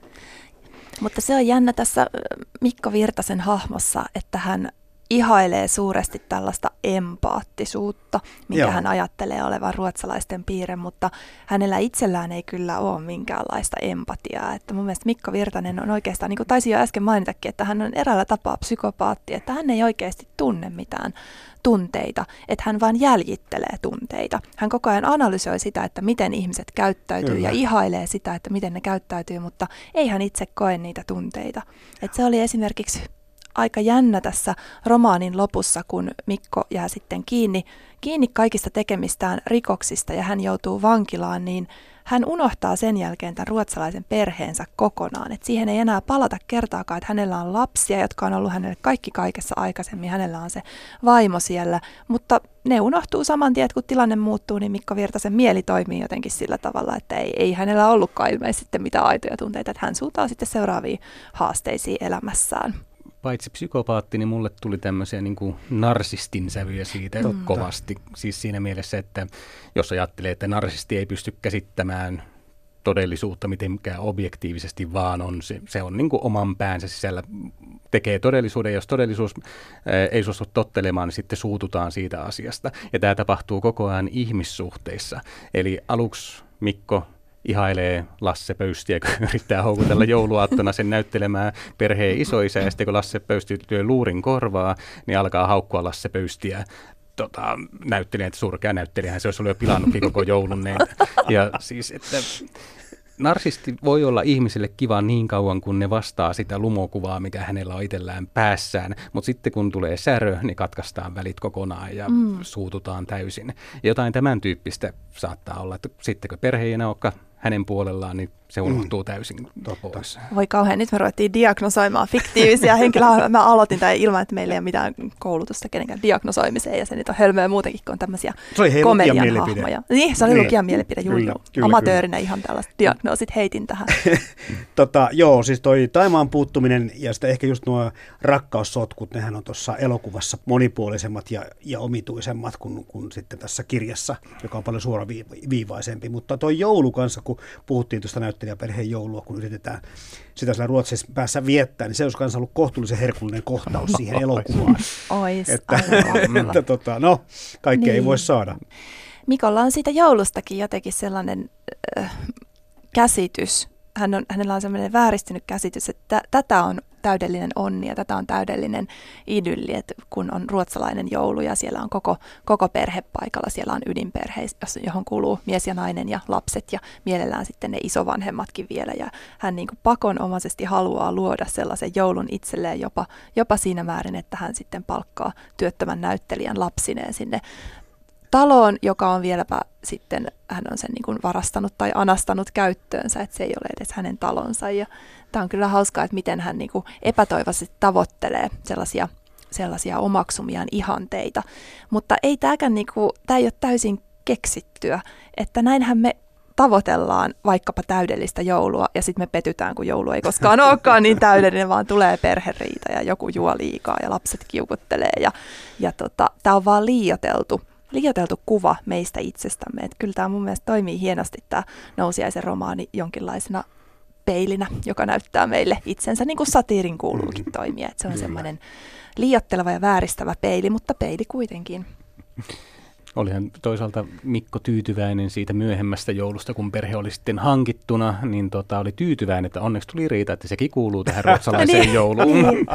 Mutta se on jännä tässä Mikko Virtasen hahmossa, että hän ihailee suuresti tällaista empaattisuutta, minkä Joo. hän ajattelee olevan ruotsalaisten piirre, mutta hänellä itsellään ei kyllä ole minkäänlaista empatiaa. Että mun mielestä Mikko Virtanen on oikeastaan, niin kuin taisin jo äsken mainitakin, että hän on eräällä tapaa psykopaatti, että hän ei oikeasti tunne mitään tunteita, että hän vaan jäljittelee tunteita. Hän koko ajan analysoi sitä, että miten ihmiset käyttäytyy Kyllä. ja ihailee sitä, että miten ne käyttäytyy, mutta ei hän itse koe niitä tunteita. Että se oli esimerkiksi aika jännä tässä romaanin lopussa, kun Mikko jää sitten kiinni, kiinni kaikista tekemistään rikoksista ja hän joutuu vankilaan, niin hän unohtaa sen jälkeen tämän ruotsalaisen perheensä kokonaan. Et siihen ei enää palata kertaakaan, että hänellä on lapsia, jotka on ollut hänelle kaikki kaikessa aikaisemmin. Hänellä on se vaimo siellä, mutta ne unohtuu saman tien, että kun tilanne muuttuu, niin Mikko Virtasen mieli toimii jotenkin sillä tavalla, että ei, ei hänellä ollutkaan ilmeisesti sitten mitään aitoja tunteita, että hän suuntaa sitten seuraaviin haasteisiin elämässään. Paitsi psykopaatti, niin mulle tuli tämmöisiä niin kuin narsistin sävyjä siitä Totta. kovasti. Siis siinä mielessä, että jos ajattelee, että narsisti ei pysty käsittämään todellisuutta mitenkään objektiivisesti, vaan on se, se on niin kuin oman päänsä sisällä, tekee todellisuuden. Jos todellisuus ää, ei suostu tottelemaan, niin sitten suututaan siitä asiasta. Ja tämä tapahtuu koko ajan ihmissuhteissa. Eli aluksi Mikko ihailee Lasse Pöystiä, kun yrittää houkutella jouluaattona sen näyttelemään perheen isoisä, ja sitten kun Lasse Pöysti työ luurin korvaa, niin alkaa haukkua Lasse Pöystiä. Tota, näyttelijä, että surkea näyttelijähän se olisi ollut jo pilannutkin koko joulun. Ja siis, että narsisti voi olla ihmiselle kiva niin kauan, kun ne vastaa sitä lumokuvaa, mikä hänellä on itsellään päässään, mutta sitten kun tulee särö, niin katkaistaan välit kokonaan ja mm. suututaan täysin. Ja jotain tämän tyyppistä saattaa olla, että sitten kun perhe ei enää olekaan hänen puolellaan, niin se unohtuu mm. täysin pois. Voi kauhean, nyt me ruvettiin diagnosoimaan fiktiivisiä henkilöitä. Mä aloitin tämän ilman, että meillä ei ole mitään koulutusta kenenkään diagnosoimiseen, ja se nyt on hölmöä muutenkin, kun on tämmöisiä komedian hahmoja. Niin, se oli niin. lukijan mielipide, juu, amatöörinä ihan tällaiset diagnoosit heitin tähän. tota, joo, siis toi Taimaan puuttuminen ja sitten ehkä just nuo rakkaussotkut, nehän on tuossa elokuvassa monipuolisemmat ja, ja omituisemmat kuin, kuin sitten tässä kirjassa, joka on paljon suoraviivaisempi, mutta toi joulu kanssa, kun puhuttiin tuosta näyttelijäperheen joulua, kun yritetään sitä siellä Ruotsissa päässä viettää, niin se olisi myös ollut kohtuullisen herkullinen kohtaus siihen elokuvaan. Ois, että, että tota, no, kaikkea niin. ei voi saada. Mikolla on siitä joulustakin jotenkin sellainen äh, käsitys, Hän on, hänellä on sellainen vääristynyt käsitys, että tätä on täydellinen onni ja tätä on täydellinen idylli, että kun on ruotsalainen joulu ja siellä on koko, koko perhe paikalla, siellä on ydinperhe, johon kuuluu mies ja nainen ja lapset ja mielellään sitten ne isovanhemmatkin vielä. Ja hän niin kuin pakonomaisesti haluaa luoda sellaisen joulun itselleen jopa, jopa siinä määrin, että hän sitten palkkaa työttömän näyttelijän lapsineen sinne taloon, joka on vieläpä sitten, hän on sen niin kuin varastanut tai anastanut käyttöönsä, että se ei ole edes hänen talonsa. Ja tämä on kyllä hauskaa, että miten hän niin kuin epätoivoisesti tavoittelee sellaisia, sellaisia omaksumiaan ihanteita. Mutta ei tämäkään, niin kuin, tämä ei ole täysin keksittyä, että näinhän me tavoitellaan vaikkapa täydellistä joulua ja sitten me petytään, kun joulu ei koskaan olekaan niin täydellinen, vaan tulee perheriita ja joku juo liikaa ja lapset kiukuttelee. Ja, ja tota, tämä on vaan liioiteltu. liioiteltu kuva meistä itsestämme. Että kyllä tämä mun mielestä toimii hienosti tämä Nousiaisen romaani jonkinlaisena peilinä, joka näyttää meille itsensä, niin kuin satiirin kuuluukin toimia. Että se on semmoinen liioitteleva ja vääristävä peili, mutta peili kuitenkin. Olihan toisaalta Mikko tyytyväinen siitä myöhemmästä joulusta, kun perhe oli sitten hankittuna, niin tota, oli tyytyväinen, että onneksi tuli Riita, että sekin kuuluu tähän ruotsalaiseen jouluun.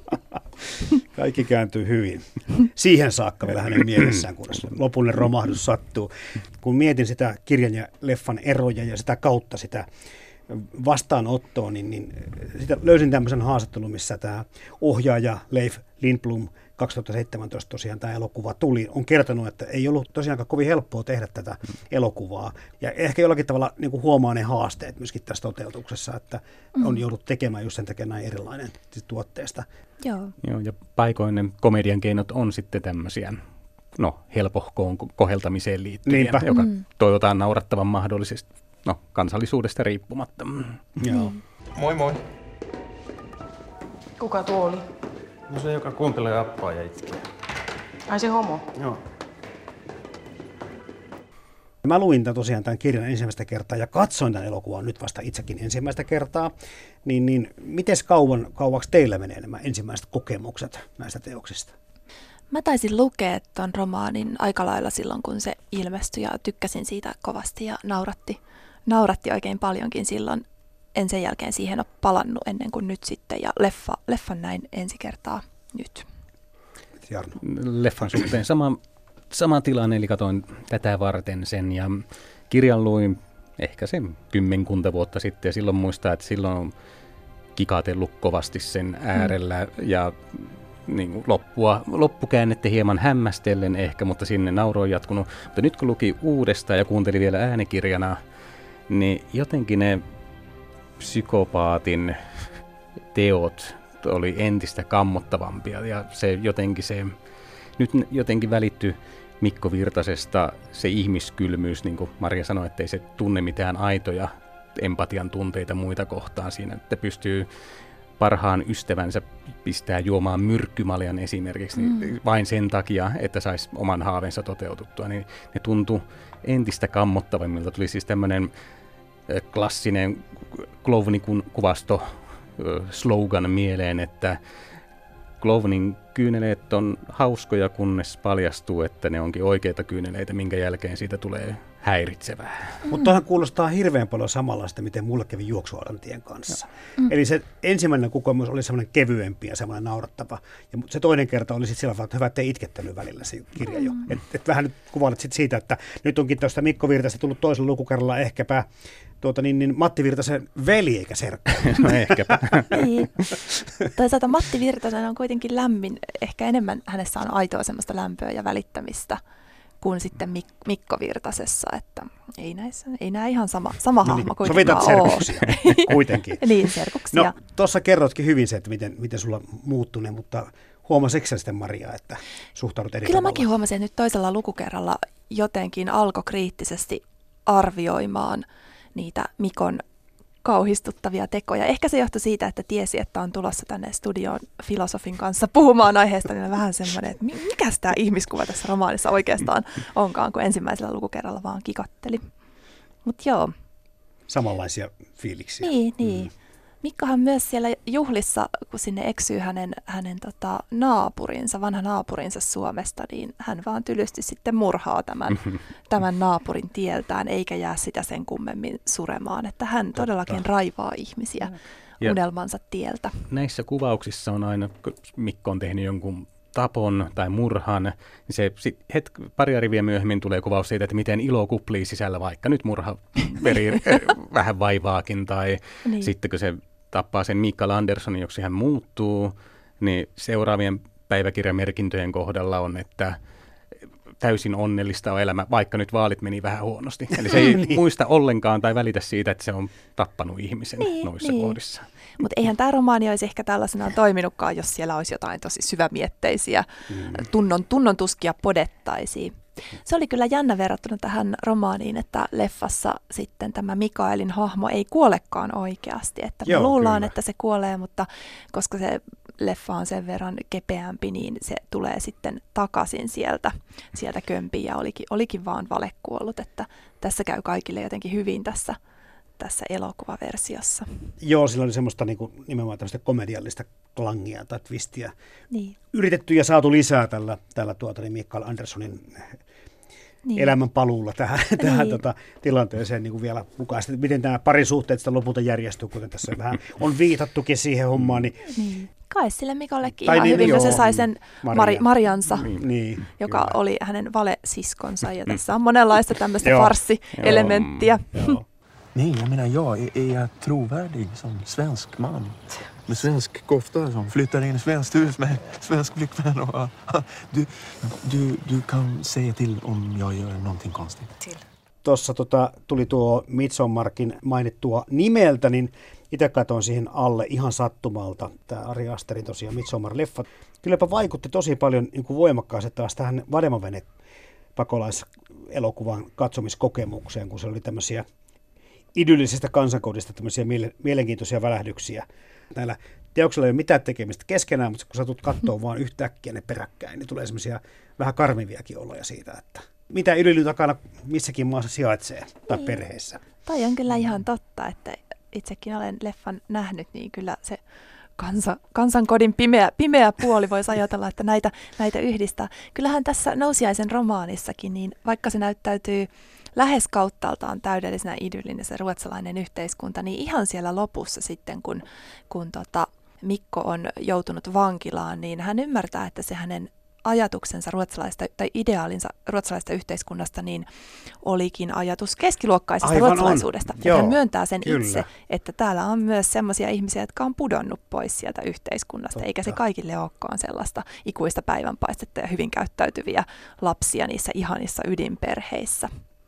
Kaikki kääntyy hyvin. Siihen saakka vielä hänen mielessään, kun lopullinen romahdus sattuu. Kun mietin sitä kirjan ja leffan eroja ja sitä kautta sitä vastaanottoa, niin, niin sitä löysin tämmöisen haastattelun, missä tämä ohjaaja Leif Lindblom kaksituhattaseitsemäntoista tosiaan tämä elokuva tuli, on kertonut, että ei ollut tosiaankaan kovin helppoa tehdä tätä elokuvaa. Ja ehkä jollakin tavalla niin kuin huomaa ne haasteet myöskin tässä toteutuksessa, että mm. on joudut tekemään just sen takia näin erilainen tuotteesta. Joo. Joo, ja paikoinen komedian keinot on sitten tämmöisiä no, helpohkoon koheltamiseen liittyviä, Niinpä. joka mm. toivotaan naurattavan mahdollisesti no, kansallisuudesta riippumatta. Mm. Joo. Moi moi. Kuka tuo oli? No se, joka kuuntelee appaa ja itkee. Ai se homo? Joo. Mä luin tämän tosiaan tämän kirjan ensimmäistä kertaa ja katsoin tämän elokuvan nyt vasta itsekin ensimmäistä kertaa. Niin, niin miten kauan, kauaksi teillä menee nämä ensimmäiset kokemukset näistä teoksista? Mä taisin lukea ton romaanin aika lailla silloin, kun se ilmestyi ja tykkäsin siitä kovasti ja nauratti, nauratti oikein paljonkin silloin. En sen jälkeen siihen ole palannut ennen kuin nyt sitten ja leffa, leffan näin ensi kertaa nyt. Jarno. Leffan suhteen sama, sama tilanne, eli katsoin tätä varten sen ja kirjan luin ehkä sen kymmenkunta vuotta sitten ja silloin muistaa, että silloin on kikatellut kovasti sen äärellä mm. ja niin kuin loppua, loppukäännettä hieman hämmästellen ehkä, mutta sinne nauro on jatkunut. Mutta nyt kun luki uudestaan ja kuunteli vielä äänikirjana, niin jotenkin ne psykopaatin teot oli entistä kammottavampia ja se jotenkin se, nyt jotenkin välittyi Mikko Virtasesta se ihmiskylmyys, niin kuin Maria sanoi, ettei se tunne mitään aitoja empatian tunteita muita kohtaan siinä, että pystyy parhaan ystävänsä pistää juomaan myrkkymaljan esimerkiksi mm. niin vain sen takia, että saisi oman haaveensa toteututtua, niin ne tuntui entistä kammottavammilta. Tuli siis tämmöinen klassinen Klovnin kuvasto slogan mieleen, että Klovnin kyyneleet on hauskoja, kunnes paljastuu, että ne onkin oikeita kyyneleitä, minkä jälkeen siitä tulee häiritsevää. Mm. Mutta tuohan kuulostaa hirveän paljon samanlaista, miten mulle kävi Juoksuarantien kanssa. Mm. Eli se ensimmäinen kokemus oli semmoinen kevyempi ja semmoinen naurattava. Ja se toinen kerta oli sitten sillä tavalla, että hyvä, ettei itkettänyt välillä se kirja jo. Mm. Että et vähän nyt kuvailet sit siitä, että nyt onkin tuosta Mikko Virtasta tullut toisella lukukerralla ehkäpä tuota, niin, niin Matti Virtasen veli eikä serkku. No ehkäpä. Niin. Toisaalta Matti Virtasen on kuitenkin lämmin. Ehkä enemmän hänessä on aitoa semmoista lämpöä ja välittämistä kuin sitten Mik- Mikko Virtasessa, että ei näissä, ei nämä ihan sama, sama no niin, hahmo kuitenkaan ole. Serkuksia kuitenkin. Niin, serkuksia. No, tuossa kerrotkin hyvin se, että miten, miten sulla muuttunut, mutta huomasitko sä sitten, Maria, että suhtaudut eri Kyllä tavalla? mäkin huomasin, että nyt toisella lukukerralla jotenkin alkoi kriittisesti arvioimaan niitä Mikon kauhistuttavia tekoja. Ehkä se johtui siitä, että tiesi, että on tulossa tänne studioon filosofin kanssa puhumaan aiheesta, niin vähän semmoinen, että mikä tämä ihmiskuva tässä romaanissa oikeastaan onkaan, kun ensimmäisellä lukukerralla vaan kikatteli. Mutta joo. Samanlaisia fiiliksiä. Niin, niin. Mm. Mikkohan myös siellä juhlissa, kun sinne eksyy hänen, hänen tota, naapurinsa, vanha naapurinsa Suomesta, niin hän vaan tylysti sitten murhaa tämän, tämän naapurin tieltään, eikä jää sitä sen kummemmin suremaan. Että hän todellakin Totta. raivaa ihmisiä ja unelmansa tieltä. Näissä kuvauksissa on aina, kun Mikko on tehnyt jonkun tapon tai murhan, niin se sit hetk, pari riviä myöhemmin tulee kuvaus siitä, että miten ilo kuplii sisällä, vaikka nyt murha veri vähän vaivaakin, tai niin. sitten kun se tappaa sen Mikael Anderssonin, joksi hän muuttuu, niin seuraavien päiväkirjamerkintöjen kohdalla on, että täysin onnellista on elämä, vaikka nyt vaalit meni vähän huonosti. Eli se ei niin. muista ollenkaan tai välitä siitä, että se on tappanut ihmisen niin, noissa niin. kohdissa. Mutta eihän tämä romaani olisi ehkä tällaisenaan toiminutkaan, jos siellä olisi jotain tosi syvämietteisiä mm. tunnon, tunnon tuskia podettaisiin. Se oli kyllä jännä verrattuna tähän romaaniin, että leffassa sitten tämä Mikaelin hahmo ei kuolekaan oikeasti. Että me Joo, luullaan, kyllä. että se kuolee, mutta koska se leffa on sen verran kepeämpi, niin se tulee sitten takaisin sieltä, sieltä kömpiin ja olikin, olikin vaan valekuollut, että tässä käy kaikille jotenkin hyvin tässä, tässä elokuvaversiossa. Joo, sillä oli semmoista niin kuin, nimenomaan tämmöistä komediallista klangia tai twistiä. Niin. Yritetty ja saatu lisää tällä, tällä tuota, niin Mikael Anderssonin niin. elämän paluulla tähän, niin. tähän tota, tilanteeseen niin kuin vielä mukaan. Sitten, miten nämä parisuhteet sitä lopulta järjestyy, kuten tässä vähän on viitattukin siihen hommaan. Niin, niin. Kai sille Mikollekin tai ihan niin, hyvin, joo, kun se sai sen Maria. Mari, Mariansa, niin, joka kyllä. oli hänen valesiskonsa. Ja tässä on monenlaista tämmöistä farssielementtiä. Nej, jag menar jag. Är, är jag trovärdig som svensk man? Med svensk kofta som flyttar in i svenskt hus med svensk flickvän. Och, du, du, du kan säga till om jag gör någonting konstigt. Till. Tuossa tota, tuli tuo Midsommarkin mainittua nimeltä, niin itse katsoin siihen alle ihan sattumalta. Tämä Ari Asterin tosiaan Midsommar-leffa. Kylläpä vaikutti tosi paljon niin kuin voimakkaasti taas tähän Vademavene pakolaiselokuvan katsomiskokemukseen, kun se oli tämmöisiä idyllisestä kansankodista tämmöisiä miele- mielenkiintoisia välähdyksiä. Näillä teoksilla ei ole mitään tekemistä keskenään, mutta kun sä tulet katsoa vaan yhtäkkiä ne peräkkäin, niin tulee semmoisia vähän karmiviakin oloja siitä, että mitä idyllin takana missäkin maassa sijaitsee tai niin. Perheessä. Toi on kyllä ihan totta, että itsekin olen leffan nähnyt, niin kyllä se kansa, kansankodin pimeä, pimeä puoli voisi ajatella, että näitä, näitä yhdistää. Kyllähän tässä Nousiaisen romaanissakin, niin vaikka se näyttäytyy lähes kauttaaltaan täydellisenä idyllinen se ruotsalainen yhteiskunta, niin ihan siellä lopussa sitten, kun, kun tota Mikko on joutunut vankilaan, niin hän ymmärtää, että se hänen ajatuksensa ruotsalaista tai ideaalinsa ruotsalaista yhteiskunnasta niin olikin ajatus keskiluokkaisesta Aivan ruotsalaisuudesta. Joo, hän myöntää sen kyllä. itse, että täällä on myös sellaisia ihmisiä, jotka on pudonnut pois sieltä yhteiskunnasta, Totta. Eikä se kaikille olekaan sellaista ikuista päivänpaistetta ja hyvin käyttäytyviä lapsia niissä ihanissa ydinperheissä.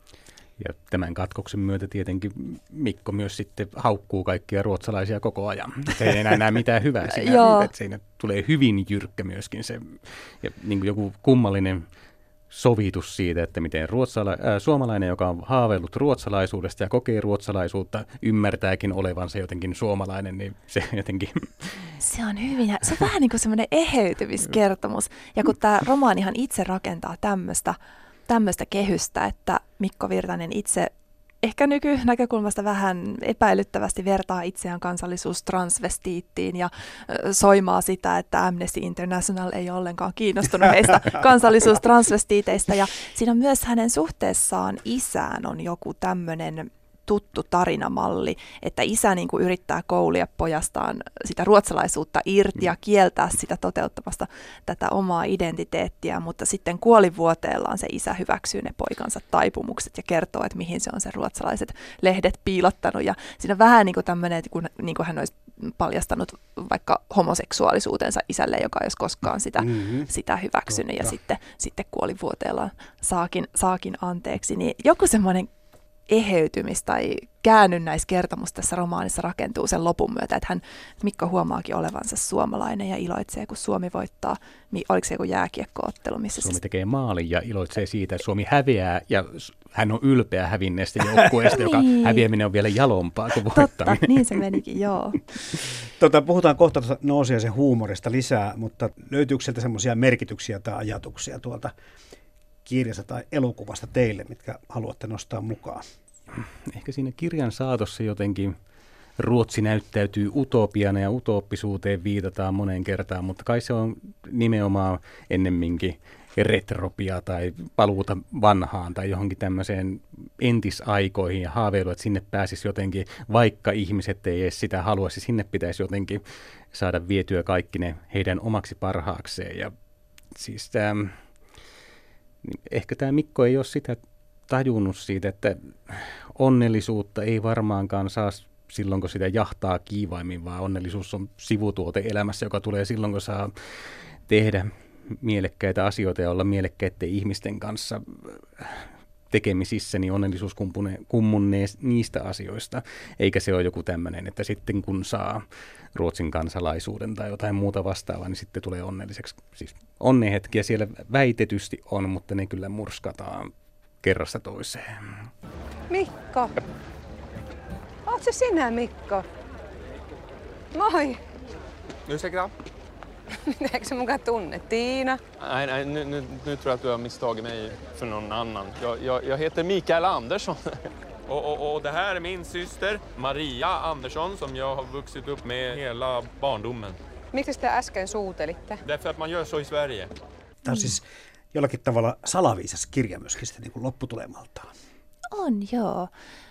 Ja tämän katkoksen myötä tietenkin Mikko myös sitten haukkuu kaikkia ruotsalaisia koko ajan. Se ei enää näe mitään hyvää siinä, että siinä tulee hyvin jyrkkä myöskin se ja niin kuin joku kummallinen sovitus siitä, että miten ruotsala- äh, suomalainen, joka on haaveillut ruotsalaisuudesta ja kokee ruotsalaisuutta, ymmärtääkin olevansa jotenkin suomalainen, niin se jotenkin... Se on hyvin, se on vähän niin kuin semmoinen eheytymiskertomus. Ja kun tämä romaanihan itse rakentaa tämmöistä, tämmöistä kehystä, että Mikko Virtanen itse ehkä nykynäkökulmasta vähän epäilyttävästi vertaa itseään kansallisuustransvestiittiin ja soimaa sitä, että Amnesty International ei ole ollenkaan kiinnostunut heistä kansallisuustransvestiiteistä. Ja siinä myös hänen suhteessaan isään on joku tämmöinen tuttu tarinamalli, että isä niin kuin yrittää koulia pojastaan sitä ruotsalaisuutta irti ja kieltää sitä toteuttamasta tätä omaa identiteettiä, mutta sitten kuolivuoteellaan se isä hyväksyy ne poikansa taipumukset ja kertoo, että mihin se on sen ruotsalaiset lehdet piilottanut. Ja siinä on vähän niin kuin tämmöinen, että kun, niin kuin hän olisi paljastanut vaikka homoseksuaalisuutensa isälle, joka ei olisi koskaan sitä, mm-hmm. sitä hyväksynyt. Totta. Ja sitten, sitten kuolivuoteellaan saakin, saakin anteeksi. Niin joku semmoinen eheytymis- tai käännynnäiskertomus tässä romaanissa rakentuu sen lopun myötä, että hän, Mikko huomaakin olevansa suomalainen ja iloitsee, kun Suomi voittaa. Oliko se joku jääkiekkoottelu? Missä Suomi se... tekee maalin ja iloitsee siitä, että Suomi häviää ja hän on ylpeä hävinneestä joukkueesta, niin. Joka häviäminen on vielä jalompaa kuin voittaminen. Totta, niin se menikin, joo. Tota, puhutaan kohta Nousiaisen huumorista lisää, mutta löytyykö sieltä semmoisia merkityksiä tai ajatuksia tuolta kirjasta tai elokuvasta teille, mitkä haluatte nostaa mukaan? Ehkä siinä kirjan saatossa jotenkin Ruotsi näyttäytyy utopiana ja utooppisuuteen viitataan moneen kertaan, mutta kai se on nimenomaan ennemminkin retropia tai paluuta vanhaan tai johonkin tämmöiseen entisaikoihin ja haaveilu, että sinne pääsisi jotenkin, vaikka ihmiset ei edes sitä haluaisi, sinne pitäisi jotenkin saada vietyä kaikki ne heidän omaksi parhaakseen. Ja siis tämä... Ehkä tämä Mikko ei ole sitä tajunnut siitä, että onnellisuutta ei varmaankaan saa silloin, kun sitä jahtaa kiivaimmin, vaan onnellisuus on sivutuote elämässä, joka tulee silloin, kun saa tehdä mielekkäitä asioita ja olla mielekkäiden ihmisten kanssa tekemisissä, niin onnellisuus kummunnee niistä asioista, eikä se ole joku tämmöinen, että sitten kun saa Ruotsin kansalaisuuden tai jotain muuta vastaavaa, niin sitten tulee onnelliseksi. Siis onnenhetkiä siellä väitetysti on, mutta ne kyllä murskataan kerrasta toiseen. Mikko! Oot se sinä, Mikko? Moi! Ursäkta? Eikö se mukaan tunne? Tiina? Nej, nej nu, nu, nu tror jag att du har misstagit mig för någon annan. Jag, jag, jag heter Mikael Andersson. och, och, och det här är min syster Maria Andersson som jag har vuxit upp med hela barndomen. Miksi te äsken suutelitte? Därför att man gör så i Sverige. Tämä on siis jollakin tavalla salaviisas kirja myöskin sitten niin kuin lopputulemaltaan. On, joo.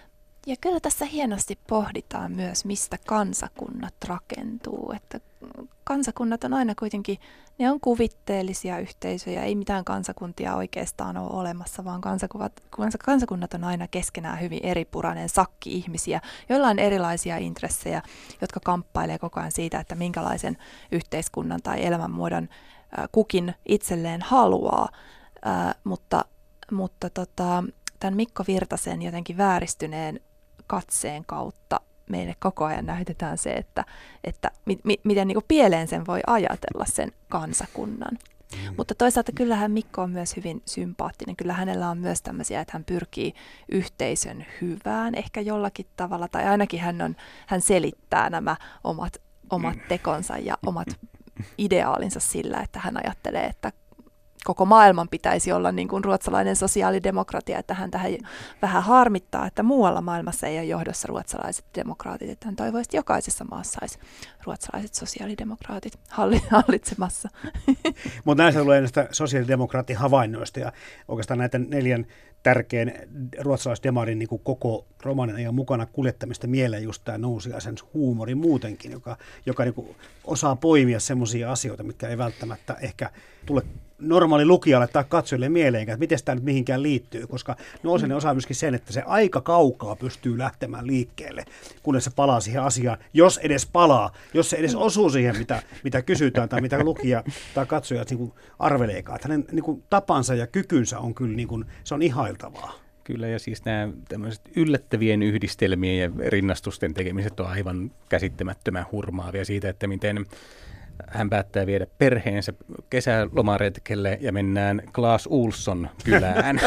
Ja kyllä tässä hienosti pohditaan myös, mistä kansakunnat rakentuu. Että kansakunnat on aina kuitenkin, ne on kuvitteellisia yhteisöjä, ei mitään kansakuntia oikeastaan ole olemassa, vaan kansakunnat on aina keskenään hyvin eripurainen sakki ihmisiä, joilla on erilaisia intressejä, jotka kamppailee koko ajan siitä, että minkälaisen yhteiskunnan tai elämänmuodon kukin itselleen haluaa. Ää, mutta mutta tota, tämän Mikko Virtasen jotenkin vääristyneen katseen kautta meille koko ajan näytetään se, että, että mi, mi, miten niin kuin pieleen sen voi ajatella sen kansakunnan. Mm. Mutta toisaalta kyllähän Mikko on myös hyvin sympaattinen. Kyllä hänellä on myös tämmöisiä, että hän pyrkii yhteisön hyvään ehkä jollakin tavalla, tai ainakin hän, on, hän selittää nämä omat, omat tekonsa ja omat ideaalinsa sillä, että hän ajattelee, että koko maailman pitäisi olla niin kuin ruotsalainen sosiaalidemokratia, että hän tähän vähän harmittaa, että muualla maailmassa ei ole johdossa ruotsalaiset demokraatit, että hän toivoisi, että jokaisessa maassa olisi ruotsalaiset sosiaalidemokraatit hallitsemassa. Mutta näistä tulee näistä sosiaalidemokraatin havainnoista ja oikeastaan näiden neljän tärkeän ruotsalaisdemarin niin kuin koko romaanin ajan mukana kuljettamista mieleen just tämä Nousiaisen huumori muutenkin, joka, joka niin kuin osaa poimia semmoisia asioita, mitkä ei välttämättä ehkä tule normaali lukijalle tai katsojille mieleen, että miten tämä nyt mihinkään liittyy, koska Nousiainen osaa myöskin sen, että se aika kaukaa pystyy lähtemään liikkeelle, kunnes se palaa siihen asiaan, jos edes palaa, jos se edes osuu siihen, mitä, mitä kysytään tai mitä lukija tai katsoja niin kuin arveleekaan. Hänen niin kuin tapansa ja kykynsä on kyllä, niin kuin, se on ihailtavaa. Kyllä, ja siis nämä tämmöiset yllättävien yhdistelmien ja rinnastusten tekemiset on aivan käsittämättömän hurmaavia siitä, että miten hän päättää viedä perheensä kesälomaretkelle ja mennään Clas Ohlson kylään.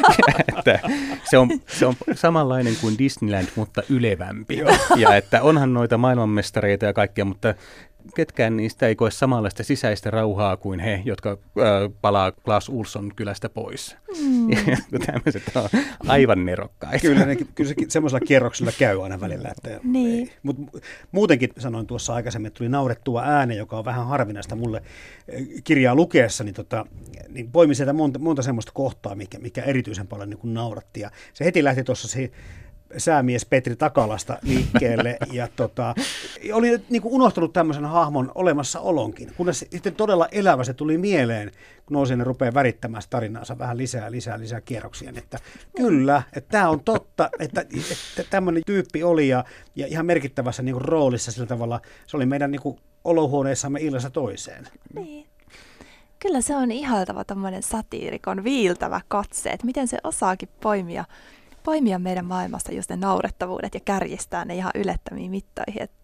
Että se, on, se on samanlainen kuin Disneyland, mutta ylevämpi. Ja että onhan noita maailmanmestareita ja kaikkea, mutta ketkään niistä ei koe samanlaista sisäistä rauhaa kuin he, jotka äh, palaa Clas Ohlson kylästä pois. Mm. Tämmöiset on aivan nerokkaita. Kyllä, ne, kyllä se semmoisella kierroksella käy aina välillä. Että niin. Mut muutenkin sanoin tuossa aikaisemmin, että tuli naurettua ääne, joka on vähän harvinaista mulle kirjaa lukeessa, niin, tota, niin poimin sieltä monta, monta semmoista kohtaa, mikä, mikä erityisen paljon niin kuin nauratti. Ja se heti lähti tuossa se säämies Petri Takalasta liikkeelle ja tota, oli nyt niin kuin unohtanut tämmöisen hahmon olemassaolonkin, kunnes sitten todella elävä se tuli mieleen, kun Nousiainen rupeaa värittämään tarinaansa vähän lisää, lisää, lisää kierroksia, että kyllä, että tämä on totta, että, että tämmöinen tyyppi oli ja, ja ihan merkittävässä niin kuin roolissa sillä tavalla, se oli meidän niin kuin olohuoneessamme illassa toiseen. Niin. Kyllä se on ihailtava tämmöinen satiirikon viiltävä katse, että miten se osaakin poimia poimia meidän maailmasta just ne naurettavuudet ja kärjistää ne ihan ylettömiin mittoihin. Et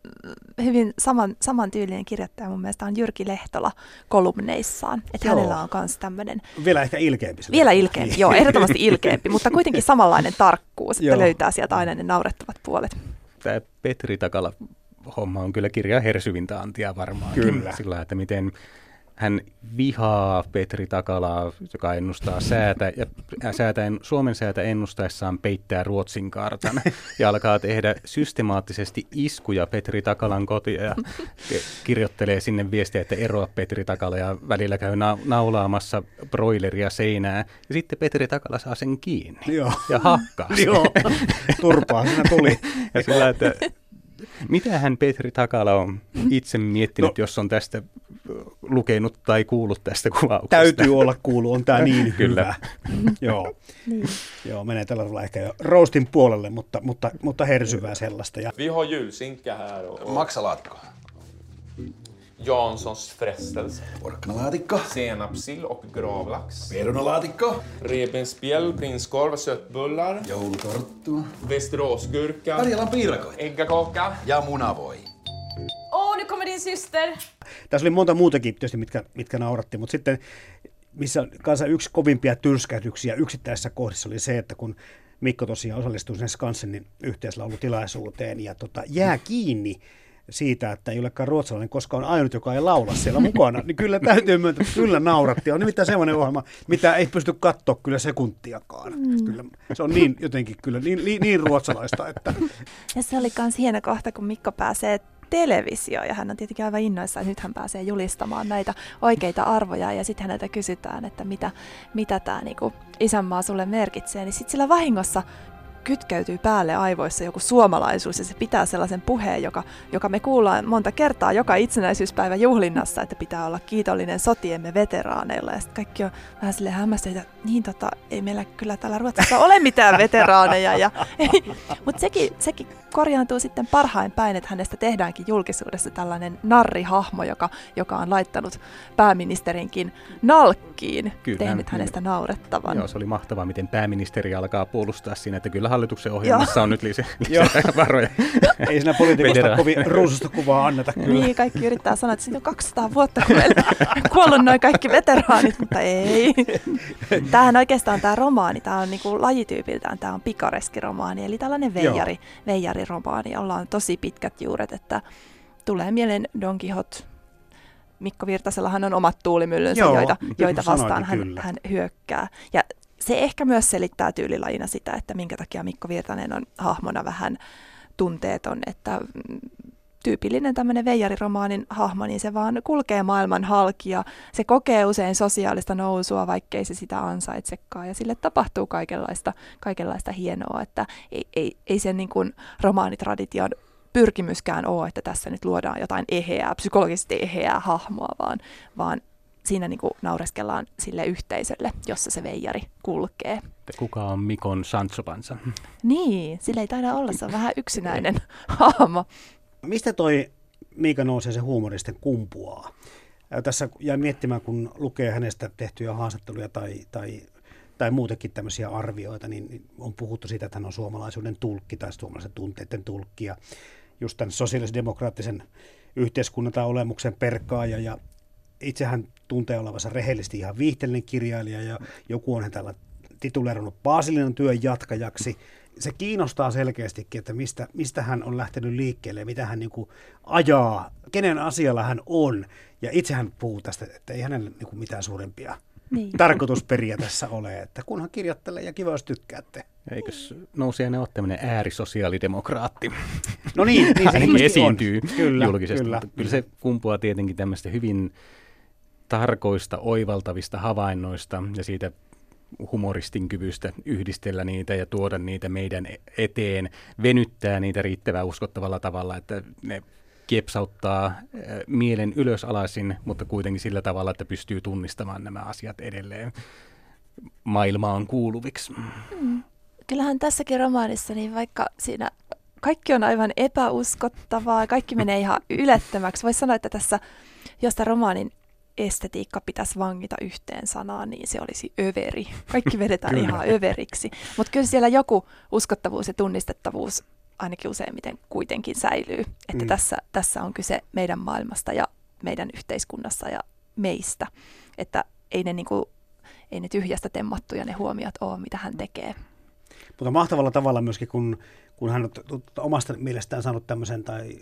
hyvin saman, saman tyylinen kirjoittaja mun mielestä on Jyrki Lehtola kolumneissaan. Että hänellä on myös tämmöinen... Vielä ehkä ilkeämpi. Vielä ilkeämpi, joo, ehdottomasti ilkeämpi, mutta kuitenkin samanlainen tarkkuus, että joo, löytää sieltä aina ne naurettavat puolet. Tämä Petri Takala homma on kyllä kirjan hersyvintä antia varmaan. Kyllä. Sillä, että miten hän vihaa Petri Takalaa, joka ennustaa säätä, ja säätäen, Suomen säätä ennustaessaan peittää Ruotsin kartan, ja alkaa tehdä systemaattisesti iskuja Petri Takalan kotiin, ja kirjoittelee sinne viestiä, että eroa Petri Takala, ja välillä käy na- naulaamassa broileria seinää, ja sitten Petri Takala saa sen kiinni, Joo. ja hakkaa sen. Joo, turpaa siinä tuli. Ja sillä, että mitähän Petri Takala on itse miettinyt, no, jos on tästä lukenut tai kuullut tästä kuvauksesta? Täytyy olla kuullut, on tämä niin Kyllä. hyvä. Joo. Niin. Joo, menee tällä tavalla ehkä jo roastin puolelle, mutta, mutta, mutta hersyvää sellaista. Ja... Vi har julskinka här. Och... Maksalaatikko. Janssons frestelse. Porkkanalaatikko. Senapsill och gravlax. Perunalaatikko. Revbensspjäll, prinskorv, sötbullar. Joulutorttu. Västeråsgurka. Karjalan piirakoita. Äggakaka. Ja munavoi. Åh, nu kommer din syster! Tässä oli monta muutakin tietysti, mitkä, mitkä nauratti, mutta sitten missä kanssa yksi kovimpia tyrskäytyksiä yksittäisissä kohdissa oli se, että kun Mikko tosiaan osallistui sen Skansenin yhteislaulutilaisuuteen ja tota, jää kiinni siitä, että ei olekaan ruotsalainen, koska on ainut, joka ei laula siellä mukana, niin kyllä täytyy myöntää, että kyllä nauratti. On nimittäin semmoinen ohjelma, mitä ei pysty katsoa kyllä sekuntiakaan. Mm. Kyllä, se on niin jotenkin kyllä niin, niin, niin ruotsalaista. Että... Ja se oli myös hieno kohta, kun Mikko pääsee televisioon, ja hän on tietenkin aivan innoissaan, että nyt hän pääsee julistamaan näitä oikeita arvoja, ja sitten häneltä kysytään, että mitä, mitä tämä niinku isänmaa sulle merkitsee, niin sitten sillä vahingossa kytkeytyy päälle aivoissa joku suomalaisuus ja se pitää sellaisen puheen, joka, joka me kuullaan monta kertaa joka itsenäisyyspäivän juhlinnassa, että pitää olla kiitollinen sotiemme veteraaneilla. Ja sitten kaikki on vähän silleen hämmästyneitä, että niin tota, ei meillä kyllä täällä Ruotsissa ole mitään veteraaneja. Ja, mutta sekin, sekin korjaantuu sitten parhain päin, että hänestä tehdäänkin julkisuudessa tällainen narrihahmo, joka, joka on laittanut pääministerinkin nalkkiin, kyllä, tehnyt kyllä. hänestä naurettavan. Joo, se oli mahtavaa, miten pääministeri alkaa puolustaa siinä, että kyllä hallituksen ohjelmassa on nyt lisää, lisää varoja. Ei siinä politiikasta kovin ruususta kuvaa anneta kyllä. Niin, kaikki yrittää sanoa, että siitä on kaksisataa vuotta, kun meillä on kuollut noin kaikki veteraanit, mutta ei. Tämähän oikeastaan tämä romaani, tämä on niinku lajityypiltään, tämä on pikareskiromaani, eli tällainen veijari, veijariromaani, jolla on tosi pitkät juuret, että tulee mieleen Don Quixote. Mikko Virtasellahan on omat tuulimyllynsä, Joo, joita, joita vastaan hän, hän hyökkää. Ja se ehkä myös selittää tyylilajina sitä, että minkä takia Mikko Virtanen on hahmona vähän tunteeton, että tyypillinen tämmöinen veijariromaanin hahmo, niin se vaan kulkee maailman halki ja se kokee usein sosiaalista nousua, vaikkei se sitä ansaitsekaan ja sille tapahtuu kaikenlaista, kaikenlaista hienoa, että ei, ei, ei sen niin kuin romaanitradition pyrkimyskään ole, että tässä nyt luodaan jotain eheää, psykologisesti eheää hahmoa, vaan, vaan siinä niin kuin naureskellaan sille yhteisölle, jossa se veijari kulkee. Kuka on Mikon Sancho Panza? Niin, sillä ei taida olla, se on vähän yksinäinen hahmo. Mistä toi Miika nousee se huumoristen kumpuaa? Tässä jäi miettimään, kun lukee hänestä tehtyjä haastatteluja tai, tai, tai muutenkin tämmöisiä arvioita, niin on puhuttu siitä, että hän on suomalaisuuden tulkki tai suomalaisen tunteiden tulkki ja just tämän sosiaalisen-demokraattisen yhteiskunnan tai olemuksen perkaaja ja itse hän tuntee olevansa rehellisesti ihan viihteellinen kirjailija ja joku on hän tällä tituleerannut Paasilinan työn jatkajaksi. Se kiinnostaa selkeästikin, että mistä, mistä hän on lähtenyt liikkeelle ja mitä hän niin kuin ajaa, kenen asialla hän on. Ja itse hän puhuu tästä, että ei hänellä niin kuin mitään suurempia niin. tarkoitusperiä tässä ole, että kunhan kirjoittelee ja kiva, jos tykkäätte. Eikös Nousiainen ole tämmöinen äärisosiaalidemokraatti? No niin, niin se hän esiintyy kyllä, julkisesti. Kyllä. kyllä se kumpuaa tietenkin tämmöistä hyvin tarkoista, oivaltavista havainnoista ja siitä humoristin kyvystä yhdistellä niitä ja tuoda niitä meidän eteen, venyttää niitä riittävän uskottavalla tavalla, että ne kiepsauttaa mielen ylösalaisin, mutta kuitenkin sillä tavalla, että pystyy tunnistamaan nämä asiat edelleen maailmaan kuuluviksi. Hmm. Kyllähän tässäkin romaanissa, niin vaikka siinä kaikki on aivan epäuskottavaa, kaikki menee ihan ylettömäksi. Voisi sanoa, että tässä, jos tämä romaanin estetiikka pitäisi vangita yhteen sanaan, niin se olisi överi. Kaikki vedetään ihan överiksi. Mutta kyllä siellä joku uskottavuus ja tunnistettavuus ainakin useimmiten kuitenkin säilyy. Että mm. tässä, tässä on kyse meidän maailmasta ja meidän yhteiskunnassa ja meistä. Että ei ne, niinku, ei ne tyhjästä temmattuja ne huomiot ole, mitä hän tekee. Mutta mahtavalla tavalla myöskin, kun, kun hän on omasta mielestään saanut tämmöisen tai...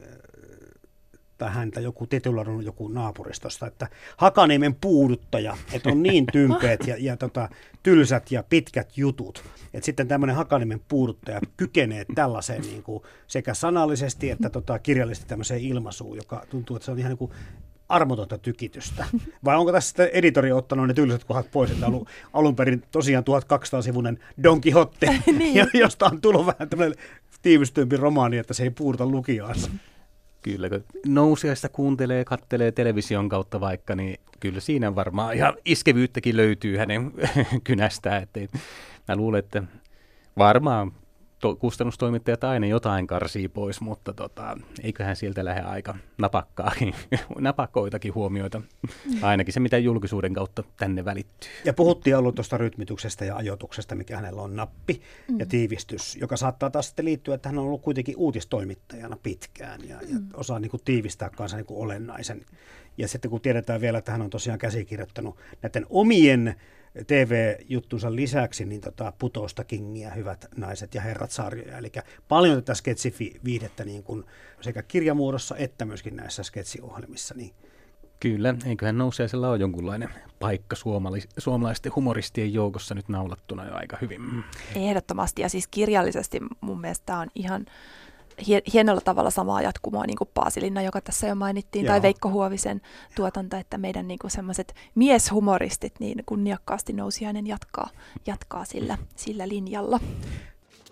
tai häntä joku tituloidun joku naapuristosta, että Hakaniemen puuduttaja, että on niin tympeät ja, ja tota, tylsät ja pitkät jutut, että sitten tämmöinen Hakaniemen puuduttaja kykenee tällaiseen niin kuin sekä sanallisesti että tota, kirjallisesti tämmöiseen ilmaisuun, joka tuntuu, että se on ihan niin kuin armotonta tykitystä. Vai onko tässä sitten editori ottanut ne tylsät kohdat pois, että alun, alun perin tosiaan tuhatkaksisataa-sivuinen Don Quixote, niin. josta on tullut vähän tämmöinen tiivistympi romaani, että se ei puuduta lukijaansa. Kyllä, kun Nousiaista kuuntelee, kattelee television kautta vaikka, niin kyllä siinä varmaan ihan iskevyyttäkin löytyy hänen kynästään. Että mä luulen, että varmaan to, kustannustoimittajat aina jotain karsii pois, mutta tota, eiköhän sieltä lähde aika napakkaakin, napakkoitakin huomioita. Ainakin se, mitä julkisuuden kautta tänne välittyy. Ja puhuttiin ollut tuosta rytmityksestä ja ajoituksesta, mikä hänellä on nappi mm. ja tiivistys, joka saattaa taas sitten liittyä, että hän on ollut kuitenkin uutistoimittajana pitkään ja, mm. ja osaa niin kuin tiivistää kanssa niin kuin olennaisen. Ja sitten kun tiedetään vielä, että hän on tosiaan käsikirjoittanut näiden omien T V-juttunsa lisäksi niin tota, Putousta, Kingiä, Hyvät naiset ja herrat -sarjoja. Eli paljon tätä sketsiviihdettä niin kuin sekä kirjamuodossa että myöskin näissä sketsiohjelmissa. Niin. Kyllä, eiköhän Nousiaisella ole jonkunlainen paikka suomalais- suomalaisten humoristien joukossa nyt naulattuna jo aika hyvin. Ehdottomasti, ja siis kirjallisesti mun mielestä tämä on ihan hienolla tavalla samaa jatkumoa niin kuin Paasilinna, joka tässä jo mainittiin, Joo. tai Veikko Huovisen tuotanto, että meidän niin kuin semmoiset mieshumoristit niin kunniakkaasti Nousiainen jatkaa, jatkaa sillä, sillä linjalla.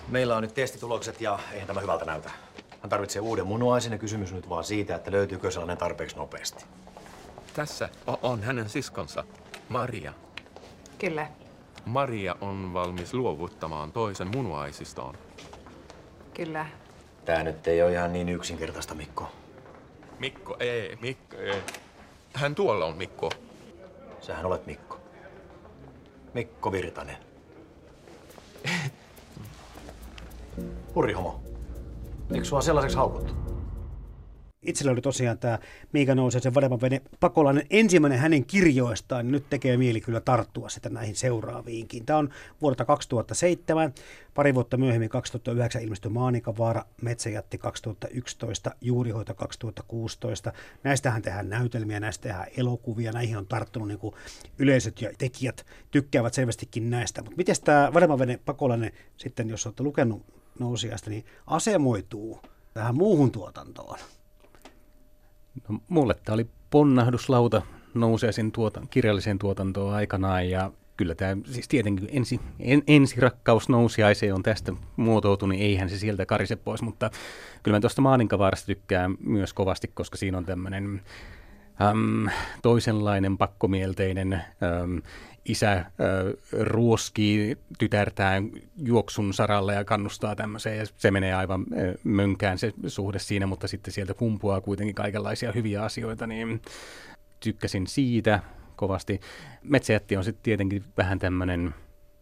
Meillä on nyt testitulokset ja eihän tämä hyvältä näytä. Hän tarvitsee uuden munuaisen ja kysymys nyt vaan siitä, että löytyykö sellainen tarpeeksi nopeasti. Tässä on hänen siskonsa, Maria. Kyllä. Maria on valmis luovuttamaan toisen munuaisistoon. Kyllä. Tää nyt ei ole ihan niin yksinkertaista, Mikko. Mikko, ei, Mikko, ei. Hän tuolla on Mikko. Sähän olet Mikko. Mikko Virtanen. Hurri homo. Eikö sua sellaiseksi haukuttu? Itsellä oli tosiaan tämä Miika Nousiaisen Vademan vene pakolainen ensimmäinen hänen kirjoistaan. Nyt tekee mieli kyllä tarttua sitä näihin seuraaviinkin. Tämä on vuodelta kaksituhattaseitsemän. Pari vuotta myöhemmin kaksituhattayhdeksän ilmestyi Maanikavaara, Metsäjätti kaksituhattayksitoista, Juurihoito kaksituhattakuusitoista. Näistähän tehdään näytelmiä, näistä tehdään elokuvia. Näihin on tarttunut niin kuin yleisöt ja tekijät tykkäävät selvästikin näistä. Mutta miten tämä Vademan vene pakolainen sitten, jos olette lukenut Nousiaista, niin asemoituu tähän muuhun tuotantoon? No, mulle tämä oli ponnahduslauta Nousiaisen tuota, kirjalliseen tuotantoon aikanaan ja kyllä tämä siis tietenkin ensi, en, ensirakkaus Nousiaiseen on tästä muotoutunut, niin eihän se sieltä karise pois, mutta kyllä mä tuosta Maaninkavaarasta tykkään myös kovasti, koska siinä on tämmöinen äm, toisenlainen pakkomielteinen äm, isä äh, ruoskii tytärtään juoksun saralla ja kannustaa tämmöiseen ja se menee aivan äh, mönkään se suhde siinä, mutta sitten sieltä kumpuaa kuitenkin kaikenlaisia hyviä asioita, niin tykkäsin siitä kovasti. Metsäjätti on sitten tietenkin vähän tämmöinen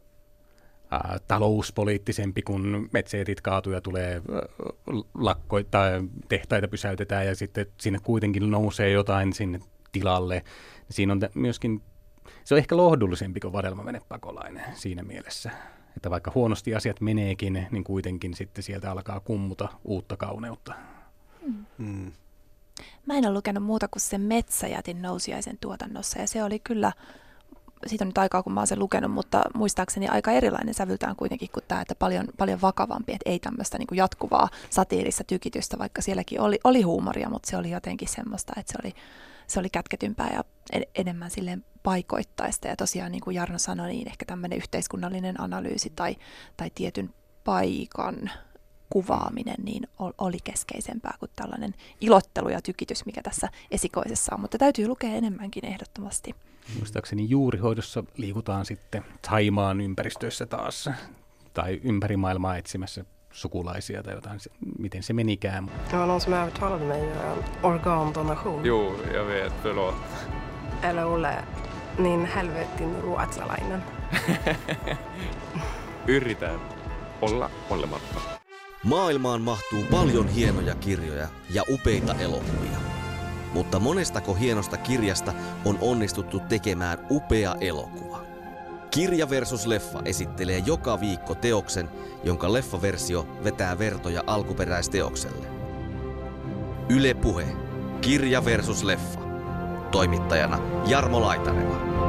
äh, talouspoliittisempi, kun metsäjätit kaatuu ja tulee äh, lakkoita, tehtaita pysäytetään ja sitten sinne kuitenkin nousee jotain sinne tilalle. Siinä on t- myöskin se on ehkä lohdullisempi kuin Vadelman vene pakolainen siinä mielessä, että vaikka huonosti asiat meneekin, niin kuitenkin sitten sieltä alkaa kummuta uutta kauneutta. Mm. Mm. Mä en ole lukenut muuta kuin sen Metsäjätin Nousiaisen tuotannossa ja se oli kyllä, siitä on nyt aikaa kun mä oon sen lukenut, mutta muistaakseni aika erilainen sävyltään kuitenkin kuin tämä, että paljon, paljon vakavampi, että ei tämmöistä niin kuin jatkuvaa satiirista tykitystä, vaikka sielläkin oli, oli huumoria, mutta se oli jotenkin semmoista, että se oli, se oli kätketympää ja enemmän silleen paikoittaista ja tosiaan niin kuin Jarno sanoi, niin ehkä tämmöinen yhteiskunnallinen analyysi tai, tai tietyn paikan kuvaaminen niin oli keskeisempää kuin tällainen ilottelu ja tykitys, mikä tässä esikoisessa on, mutta täytyy lukea enemmänkin ehdottomasti. Muistaakseni Juurihoidossa liikutaan sitten Thaimaan ympäristöissä taas tai ympäri maailmaa etsimässä sukulaisia tai jotain, miten se menikään. Det var någon som övertalade mig att göra en organdonation. Jo, jag vet, förlåt. Eller Olle, niin helvetin ruotsalainen. Yritän olla olematta. Maailmaan mahtuu paljon hienoja kirjoja ja upeita elokuvia. Mutta monestako hienosta kirjasta on onnistuttu tekemään upea elokuva? Kirja versus leffa esittelee joka viikko teoksen, jonka leffaversio vetää vertoja alkuperäisteokselle. Yle Puhe. Kirja versus leffa. Toimittajana Jarmo Laitaneva.